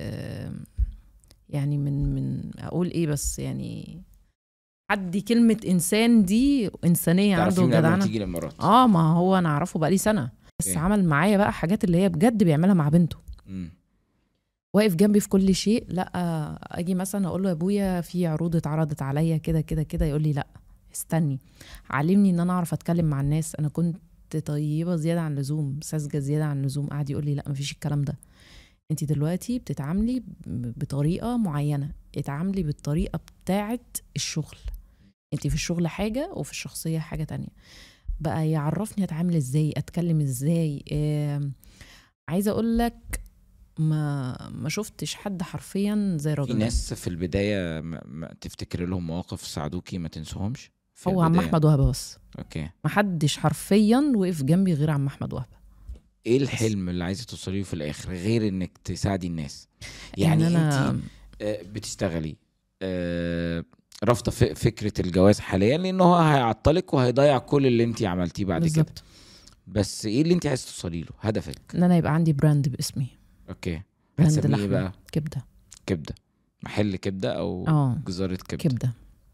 Speaker 1: يعني من من اقول ايه بس يعني حد كلمه انسان دي انسانيه عنده
Speaker 2: جدعنه.
Speaker 1: جدعنه.
Speaker 2: تيجي الامارات؟
Speaker 1: اه ما هو انا اعرفه بقالي سنه. بس
Speaker 2: اوكي.
Speaker 1: عمل معايا بقى حاجات اللي هي بجد بيعملها مع بنته.
Speaker 2: مم.
Speaker 1: واقف جنبي في كل شيء. لا اجي مثلا اقول له يا ابويا في عروض اتعرضت عليا كده كده كده، يقول لي لا استني. علمني ان انا اعرف اتكلم مع الناس. انا كنت طيبه زياده عن اللزوم، ساذجه زياده عن اللزوم. قعد يقول لي لا مفيش الكلام ده، انت دلوقتي بتتعاملي بطريقه معينه، اتعاملي بالطريقه بتاعه الشغل. انت في الشغل حاجه وفي الشخصيه حاجه تانية. بقى يعرفني اتعامل ازاي، اتكلم ازاي. آه عايزه اقول لك ما ما شفتش حد حرفيا زي
Speaker 2: في
Speaker 1: الراجل ده.
Speaker 2: ناس في البدايه ما ما تفتكر لهم مواقف ساعدوكي ما تنسوهمش في
Speaker 1: هو عم
Speaker 2: البدايه؟
Speaker 1: احمد وهبه بس.
Speaker 2: اوكي.
Speaker 1: ما حدش حرفيا وقف جنبي غير عم احمد وهبه.
Speaker 2: ايه
Speaker 1: بس
Speaker 2: الحلم اللي عايزه توصليه في الاخر غير انك تساعدي الناس؟
Speaker 1: ان
Speaker 2: يعني انت
Speaker 1: انا
Speaker 2: بتشتغلي آه، رافضه ف- فكره الجواز حاليا لانه هو هيعطلك وهيضيع كل اللي انت عملتيه بعد كده،
Speaker 1: بالظبط
Speaker 2: بس ايه اللي انت عايزه توصلي له؟ هدفك؟
Speaker 1: ان انا يبقى عندي براند باسمي.
Speaker 2: اوكي.
Speaker 1: براند
Speaker 2: هتسميه ايه
Speaker 1: لحمه
Speaker 2: بقى؟
Speaker 1: كبده.
Speaker 2: كبده؟ محل كبده او
Speaker 1: اه
Speaker 2: جزاره كبده؟
Speaker 1: كبده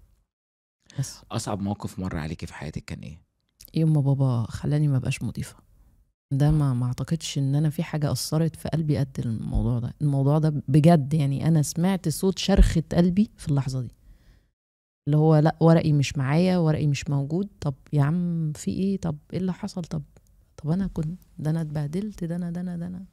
Speaker 1: بس.
Speaker 2: اصعب موقف مر عليكي في حياتك كان ايه؟
Speaker 1: يوم ما بابا خلاني ما بقاش مضيفه، ده ما ما اعتقدش ان انا في حاجه اثرت في قلبي قد الموضوع ده. الموضوع ده بجد يعني انا سمعت صوت شرخه قلبي في اللحظه دي، اللي هو لا ورقي مش معايا، ورقي مش موجود. طب يا عم في ايه؟ طب ايه اللي حصل؟ طب طب انا كنت ده انا اتبهدلت، ده انا ده انا ده انا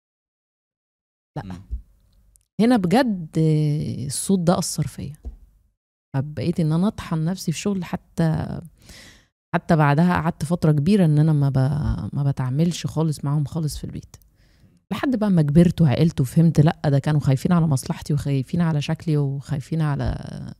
Speaker 1: لا.
Speaker 2: مم.
Speaker 1: هنا بجد الصوت ده اثر فيا، فبقيت ان انا اطحن نفسي في شغل. حتى حتى بعدها قعدت فتره كبيره ان انا ما ب... ما بتعاملش خالص معاهم خالص في البيت، لحد بقى ما كبرت وعقلت وفهمت لا ده كانوا خايفين على مصلحتي وخايفين على شكلي وخايفين على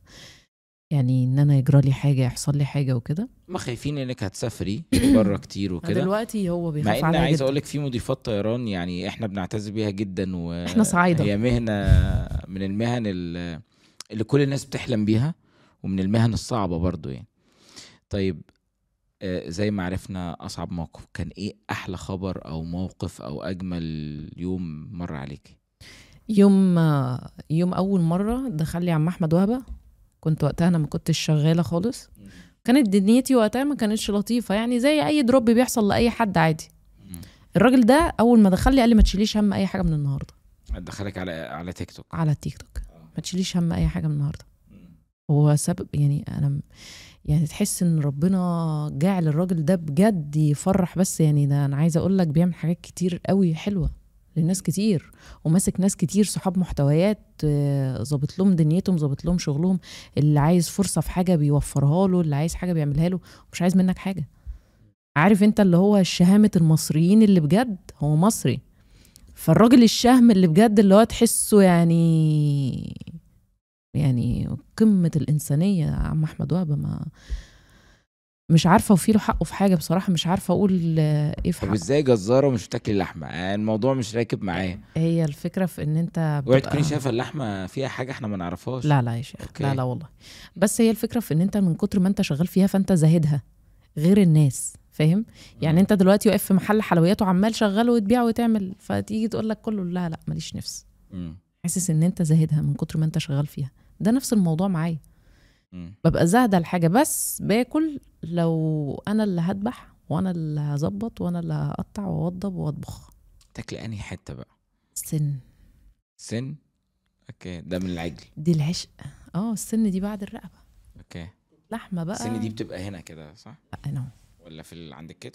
Speaker 1: يعني ان انا يجرى لي حاجه، يحصل لي حاجه وكده.
Speaker 2: ما خايفين انك هتسافري بره كتير وكده.
Speaker 1: دلوقتي هو
Speaker 2: مع
Speaker 1: بيخاف
Speaker 2: ان
Speaker 1: عليا
Speaker 2: عايز
Speaker 1: جدا.
Speaker 2: اقولك في مضيفات طيران يعني احنا بنعتز بيها جدا،
Speaker 1: احنا صعايده.
Speaker 2: وهي مهنه من المهن ال- اللي كل الناس بتحلم بيها، ومن المهن الصعبه برضو يعني. طيب آه، زي ما عرفنا اصعب موقف، كان ايه احلى خبر او موقف او اجمل يوم مر عليكي؟
Speaker 1: يوم يوم اول مره دخل لي عم احمد وهبه، كنت وقتها انا ما كنتش شغاله خالص، كانت دنيتي وقتها ما كانتش لطيفه، يعني زي اي دروب بيحصل لاي حد عادي. الراجل ده اول ما دخل لي قال لي ما تشيليش هم اي حاجه من النهارده.
Speaker 2: دخلك على على تيك توك؟
Speaker 1: على التيك توك. ما تشيليش هم اي حاجه من النهارده. هو سبب يعني انا يعني تحس ان ربنا جعل الراجل ده بجد يفرح. بس يعني ده انا عايزه اقول لك بيعمل حاجات كتير قوي حلوه للناس كتير، وماسك ناس كتير صحاب محتويات، آه، ظابط لهم دنيتهم، ظابط لهم شغلهم. اللي عايز فرصه في حاجه بيوفرها له، اللي عايز حاجه بيعملها له، مش عايز منك حاجه. عارف انت اللي هو شهامه المصريين اللي بجد هو مصري. فالراجل الشهم اللي بجد اللي هو تحسه يعني يعني قمه الانسانيه يا عم احمد وهبه. ما مش عارفه وفي له حقه في حاجه بصراحه، مش عارفه اقول آه، ايه في
Speaker 2: طب
Speaker 1: حقه.
Speaker 2: ازاي جزاره ومش بتاكلي لحمه؟ يعني الموضوع مش راكب معايا.
Speaker 1: هي الفكره في ان انت
Speaker 2: اوعي تكوني
Speaker 1: بتبقى
Speaker 2: شايفه اللحمه فيها حاجه احنا ما نعرفهاش.
Speaker 1: لا لا يا شيخ،
Speaker 2: أوكي.
Speaker 1: لا لا والله. بس هي الفكره في ان انت من كتر ما انت شغال فيها فانت زاهدها غير الناس، فاهم؟ يعني انت دلوقتي واقف في محل حلويات وعمال شغال وتبيع وتعمل، فتيجي تقول لك كله لا لا ماليش نفس.
Speaker 2: مم.
Speaker 1: حاسس ان انت زاهدها من كتر ما انت شغال فيها. ده نفس الموضوع معايا.
Speaker 2: مم.
Speaker 1: ببقى زاهده الحاجه، بس باكل لو انا اللي هذبح وانا اللي هظبط وانا اللي هقطع واوضب واطبخ.
Speaker 2: تاكلي انهي حته بقى؟
Speaker 1: السن.
Speaker 2: سن؟ اوكي، ده من العجل؟
Speaker 1: دي العشق. اه السن دي بعد الرقبه.
Speaker 2: اوكي.
Speaker 1: لحمه بقى.
Speaker 2: السن دي بتبقى هنا كده صح
Speaker 1: انا
Speaker 2: ولا في ال... عند الكتف؟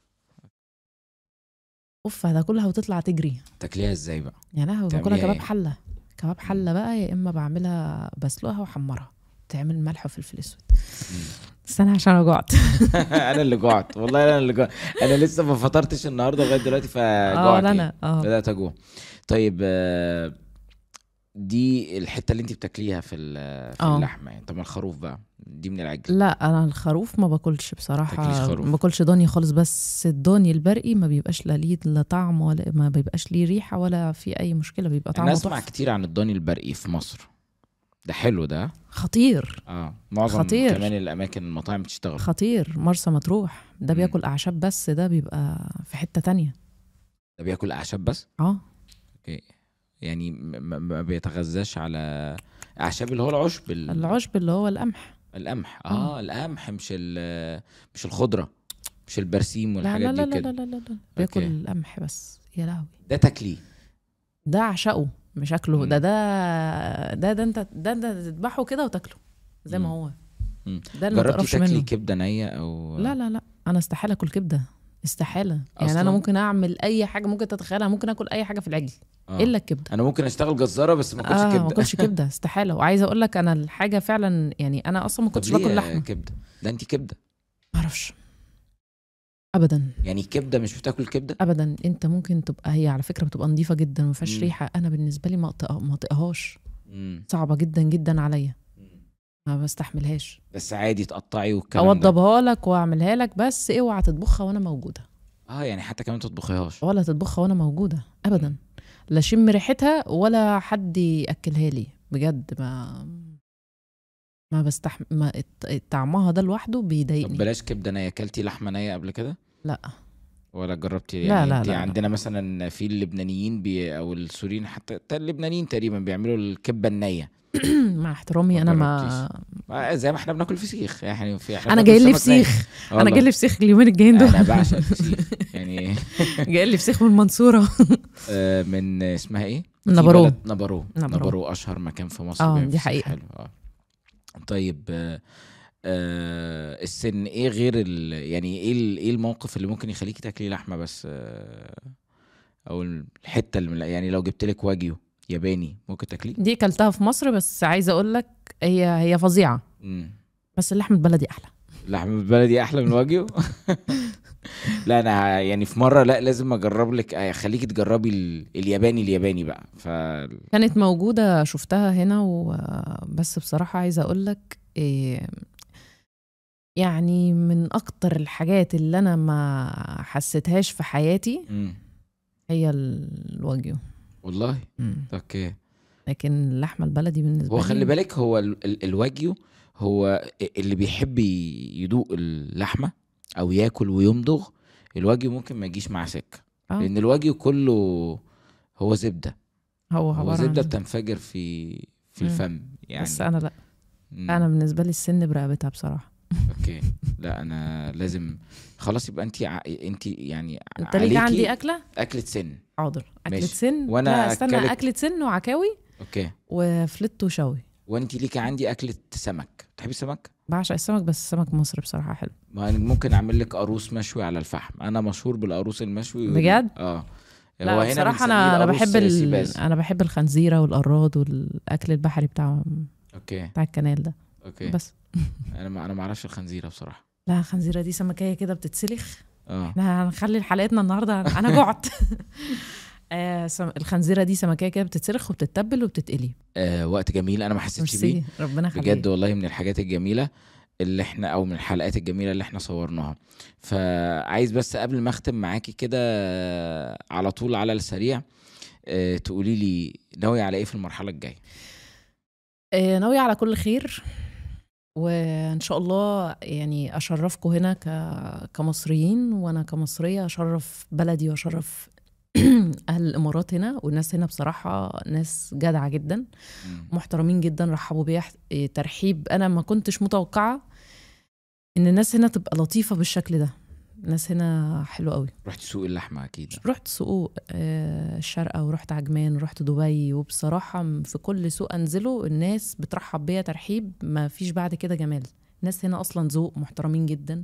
Speaker 1: اوف ده كلها وتطلع تجري.
Speaker 2: تاكليها ازاي بقى؟
Speaker 1: يا لهوي
Speaker 2: تعمليها
Speaker 1: باكلها كباب
Speaker 2: إيه؟
Speaker 1: حله. كباب حله بقى، يا اما بعملها بسلقها واحمرها، تعمل ملح وفلفل اسود. استنى عشان انا جوعت.
Speaker 2: انا اللي جوعت والله، انا اللي جوعت. انا لسه ما فطرتش النهارده لغايه دلوقتي فجوعت.
Speaker 1: اه
Speaker 2: يعني.
Speaker 1: انا اه
Speaker 2: بدات اجوع. طيب آه، دي الحته اللي انت بتاكليها في ال- في
Speaker 1: آه.
Speaker 2: اللحمه يعني. طب الخروف بقى دي من العجل؟
Speaker 1: لا انا الخروف ما باكلش بصراحه.
Speaker 2: تاكليش خروف؟
Speaker 1: ما باكلش ضاني خالص. بس الضاني البرقي ما بيبقاش لا ليه لا طعم ولا ما بيبقاش ليه ريحه ولا في اي مشكله، بيبقى
Speaker 2: انا
Speaker 1: طعمه
Speaker 2: اسمع
Speaker 1: تحفه.
Speaker 2: كتير عن الضاني البرقي في مصر. ده حلو ده؟
Speaker 1: خطير
Speaker 2: اه معظم
Speaker 1: خطير.
Speaker 2: كمان الاماكن المطاعم بتشتغل.
Speaker 1: خطير. مرسى مطروح ده
Speaker 2: مم.
Speaker 1: بياكل اعشاب بس، ده بيبقى في حته تانية.
Speaker 2: ده بياكل اعشاب بس؟
Speaker 1: اه
Speaker 2: اوكي. يعني م- م- ما بيتغذاش على اعشاب اللي هو العشب ال-
Speaker 1: العشب اللي هو القمح.
Speaker 2: القمح. اه القمح مش ال- مش الخضره. مش البرسيم
Speaker 1: لا
Speaker 2: والحاجات
Speaker 1: لا لا
Speaker 2: دي
Speaker 1: لا
Speaker 2: كده؟
Speaker 1: لا لا لا بياكل قمح بس. يا لهوي
Speaker 2: ده تاكليه؟
Speaker 1: ده عشقه مش اكله.
Speaker 2: مم.
Speaker 1: ده ده ده ده انت ده انت تذبحه كده وتاكله زي ما
Speaker 2: مم.
Speaker 1: هو.
Speaker 2: مم.
Speaker 1: ده اللي ما
Speaker 2: جربتي
Speaker 1: تقرفش
Speaker 2: تاكلي
Speaker 1: منه.
Speaker 2: كبده نيه او
Speaker 1: لا لا لا انا استحاله اكل كبده، استحاله. يعني انا
Speaker 2: اصلا؟
Speaker 1: ممكن اعمل اي حاجه ممكن تتخيلها، ممكن اكل اي حاجه في العجل
Speaker 2: اه
Speaker 1: الا الكبده.
Speaker 2: انا ممكن اشتغل جزاره بس ما اكلش
Speaker 1: اه ما
Speaker 2: كبده.
Speaker 1: اكلش كبده استحاله. وعايزه اقول لك انا الحاجه فعلا يعني انا اصلا ما
Speaker 2: طب
Speaker 1: كنتش باكل
Speaker 2: ليه
Speaker 1: لحمه.
Speaker 2: كبده؟ ده انت كبده
Speaker 1: ما اعرفش ابدا
Speaker 2: يعني. كبده مش بتاكل كبده؟
Speaker 1: ابدا. انت ممكن تبقى هي على فكره بتبقى نظيفه جدا وما فيهاش
Speaker 2: مم.
Speaker 1: ريحه، انا بالنسبه لي ما أطيق- ما اطيقهاش.
Speaker 2: مم.
Speaker 1: صعبه جدا جدا عليا، ما بستحملهاش.
Speaker 2: بس عادي تقطعي والكلام ده؟
Speaker 1: اوضبها لك واعملها لك بس اوعى تطبخها وانا موجوده،
Speaker 2: اه يعني حتى كمان تطبخيهاش؟
Speaker 1: ولا تطبخها وانا موجوده ابدا. لا شم ريحتها ولا حد ياكلها لي بجد. ما ما بستحمل. ما الط- طعمها ده لوحده
Speaker 2: طب
Speaker 1: بيضايقني.
Speaker 2: بلاش كبده نيه، اكلتي لحمه نيه قبل كده
Speaker 1: لا
Speaker 2: ولا جربتي؟
Speaker 1: لا
Speaker 2: يعني
Speaker 1: لا
Speaker 2: انت
Speaker 1: لا, لا.
Speaker 2: عندنا مثلا في اللبنانيين بي او السوريين، حتى حتى اللبنانيين تقريبا بيعملوا الكبه النيه.
Speaker 1: مع احترامي
Speaker 2: ما
Speaker 1: انا
Speaker 2: جربتيش؟
Speaker 1: ما
Speaker 2: آه، زي ما احنا بناكل فسيخ يعني. في احنا
Speaker 1: انا
Speaker 2: بناكل
Speaker 1: جاي لي
Speaker 2: سمك ني.
Speaker 1: فسيخ. انا
Speaker 2: والله
Speaker 1: جاي لي فسيخ اليومين الجايين دول.
Speaker 2: انا بعشق الفسيخ يعني.
Speaker 1: جاي لي فسيخ من المنصوره.
Speaker 2: آه، من اسمها ايه؟
Speaker 1: من
Speaker 2: في
Speaker 1: نبرو.
Speaker 2: بلد نبرو.
Speaker 1: نبرو.
Speaker 2: نبرو اشهر مكان في مصر
Speaker 1: اه
Speaker 2: بيعمل
Speaker 1: دي
Speaker 2: فسيخ
Speaker 1: حقيقه.
Speaker 2: حلو. اه طيب آه، آه، السن ايه غير ال... يعني ايه ال... ايه الموقف اللي ممكن يخليكي تاكلي لحمه بس؟ آه، او الحته اللي من... يعني لو جبت لك واجيو ياباني ممكن تاكليه؟
Speaker 1: دي كلتها في مصر بس عايزه اقول لك هي هي فظيعه،
Speaker 2: امم
Speaker 1: بس اللحم البلدي احلى.
Speaker 2: اللحم البلدي احلى من الواجيو؟ لا انا يعني في مره لا لازم اجرب لك، اخليكي تجربي ال... الياباني الياباني بقى. ف
Speaker 1: كانت موجوده شفتها هنا وبس. بصراحه عايزه اقول لك إيه، يعني من اكتر الحاجات اللي انا ما حسيتهاش في حياتي
Speaker 2: مم.
Speaker 1: هي الواجيو.
Speaker 2: والله
Speaker 1: مم.
Speaker 2: اوكي.
Speaker 1: لكن اللحمه البلدي بالنسبه
Speaker 2: هو
Speaker 1: لي
Speaker 2: خلي بالك هو ال... ال... الواجيو هو اللي بيحب يدوق اللحمه او ياكل ويمضغ. الواجيو ممكن ما يجيش معاه سكه،
Speaker 1: اه
Speaker 2: لان الواجيو كله هو زبده.
Speaker 1: هو
Speaker 2: هو
Speaker 1: عباره
Speaker 2: زبده
Speaker 1: عن
Speaker 2: بتنفجر في في
Speaker 1: مم.
Speaker 2: الفم يعني.
Speaker 1: بس انا لا،
Speaker 2: مم.
Speaker 1: انا بالنسبه لي السن برقبتها بصراحه.
Speaker 2: اوكي. لا انا لازم خلاص يبقى انت ع... انت يعني
Speaker 1: انت ليك عندي
Speaker 2: عليكي
Speaker 1: اكله.
Speaker 2: اكله سن.
Speaker 1: حاضر اكله
Speaker 2: ماشي.
Speaker 1: سن.
Speaker 2: وأنا
Speaker 1: لا استنى،
Speaker 2: أكلك-
Speaker 1: اكله سن وعكاوي
Speaker 2: اوكي.
Speaker 1: وفلت وشوي.
Speaker 2: وانت ليكي عندي اكله سمك. تحبي السمك؟
Speaker 1: بعشق السمك بس السمك مصري بصراحه حلو.
Speaker 2: ما أنا ممكن اعمل لك قاروص مشوي على الفحم. انا مشهور بالقاروص المشوي وال...
Speaker 1: بجد؟
Speaker 2: اه هو
Speaker 1: لا
Speaker 2: هنا
Speaker 1: بصراحه
Speaker 2: بنسميه
Speaker 1: انا انا
Speaker 2: القاروص
Speaker 1: بحب ال...
Speaker 2: سيباز.
Speaker 1: انا بحب الخنزيره والقراد والاكل البحري بتاع
Speaker 2: اوكي
Speaker 1: بتاع الكنال ده.
Speaker 2: اوكي.
Speaker 1: بس
Speaker 2: انا ما انا ما اعرفش الخنزيره بصراحه.
Speaker 1: لا الخنزيره دي سمكيه كده بتتسلخ.
Speaker 2: اه
Speaker 1: احنا هنخلي حلقتنا النهارده انا جعت. آه سم... الخنزيره دي سمكيه كده بتتسلخ وبتتبل وبتتقلي.
Speaker 2: آه، وقت جميل انا ما حسيتش بيه
Speaker 1: ميرسي ربنا يخليك.
Speaker 2: بجد والله. من الحاجات الجميله اللي احنا او من الحلقات الجميله اللي احنا صورناها. فعايز بس قبل ما اختم معاكي كده آه، على طول على السريع، آه، تقولي لي ناوي على ايه في المرحله الجايه؟
Speaker 1: آه ناويه على كل خير، وان شاء الله يعني اشرفكم هنا ك... كمصريين، وانا كمصريه اشرف بلدي واشرف اهل الامارات هنا. والناس هنا بصراحه ناس جدعه جدا،
Speaker 2: مم.
Speaker 1: محترمين جدا، رحبوا بيا إيه، ترحيب انا ما كنتش متوقعه ان الناس هنا تبقى لطيفه بالشكل ده. الناس هنا حلوه قوي.
Speaker 2: رحت سوق اللحمه اكيد؟
Speaker 1: رحت سوق آه، الشارقة ورحت عجمان ورحت دبي، وبصراحة م- في كل سوق أنزله الناس بترحب بيا ترحيب ما فيش بعد كده جمال. الناس هنا أصلا ذوق، محترمين جدا.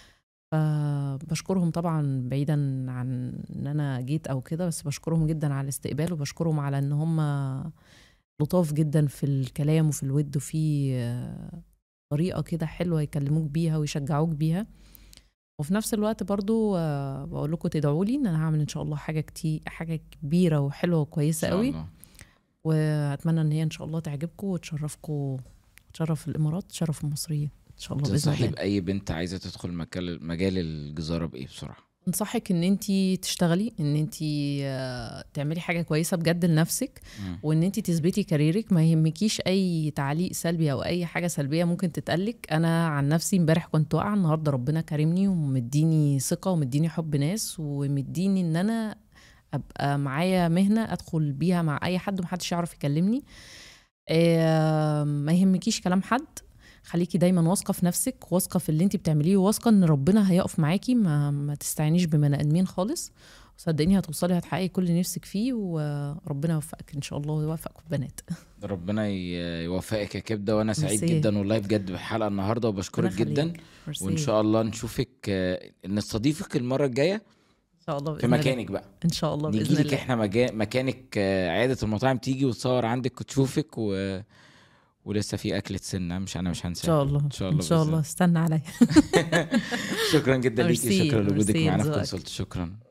Speaker 1: فبشكرهم طبعا بعيدا عن ان انا جيت او كده، بس بشكرهم جدا على الاستقبال، وبشكرهم على ان هم لطاف جدا في الكلام وفي الود، وفي آه، طريقة كده حلوة يكلموك بيها ويشجعوك بيها. وفي نفس الوقت برضو آه، بقول لكم تدعوا لي ان انا هعمل ان شاء الله حاجه كتير، حاجه كبيره وحلوه
Speaker 2: ان
Speaker 1: وكويسه
Speaker 2: شاء
Speaker 1: قوي.
Speaker 2: الله.
Speaker 1: واتمنى ان هي ان شاء الله تعجبكم وتشرفكم، تشرف الامارات، تشرف المصريين ان شاء الله باذن
Speaker 2: تنصحي
Speaker 1: الله.
Speaker 2: باي بنت عايزه تدخل مجال مجال الجزاره بايه بصراحه؟
Speaker 1: انصحك ان انت تشتغلي، ان انت تعملي حاجه كويسه بجد لنفسك،
Speaker 2: مم.
Speaker 1: وان انت تثبتي كاريرك. ما يهمكيش اي تعليق سلبي او اي حاجه سلبيه ممكن تتقلك. انا عن نفسي امبارح كنت واقعه، النهارده ربنا كرمني ومديني ثقه ومديني حب ناس ومديني ان انا ابقى معايا مهنه ادخل بيها مع اي حد ومحدش يعرف يكلمني. آه، ما يهمكيش كلام حد، خليكي دايما واثقه في نفسك، واثقه في اللي انت بتعمليه، واثقه ان ربنا هيقف معاكي، ما, ما تستعينيش ببني ادمين خالص. صدقيني هتوصلي، هتحققي كل اللي نفسك فيه، وربنا يوفقك ان شاء الله ويوفقكم بنات.
Speaker 2: ربنا ي- يوفقك يا كبده، وانا سعيد
Speaker 1: ميرسي.
Speaker 2: جدا والله بجد بالحلقه النهارده، وبشكرك
Speaker 1: ربنا
Speaker 2: جدا.
Speaker 1: يخليك. ميرسي.
Speaker 2: وان شاء الله نشوفك، آه، نستضيفك المره الجايه
Speaker 1: ان شاء الله
Speaker 2: في
Speaker 1: بإذن الله.
Speaker 2: مكانك بقى،
Speaker 1: ان شاء الله
Speaker 2: نيجي
Speaker 1: باذن
Speaker 2: لك
Speaker 1: الله.
Speaker 2: احنا مجا... مكانك، آه، عياده المطاعم، تيجي وتصور عندك وتشوفك و... ولسه في اكله سنه مش انا مش
Speaker 1: ان
Speaker 2: هنساها.
Speaker 1: شاء الله
Speaker 2: ان شاء الله
Speaker 1: ان شاء
Speaker 2: بإذن
Speaker 1: الله استنى عليا.
Speaker 2: شكرا جدا ليكي،
Speaker 1: ميرسي.
Speaker 2: شكرا لوجودك
Speaker 1: ميرسي
Speaker 2: معانا في
Speaker 1: لذوقك.
Speaker 2: كونسولت، شكرا.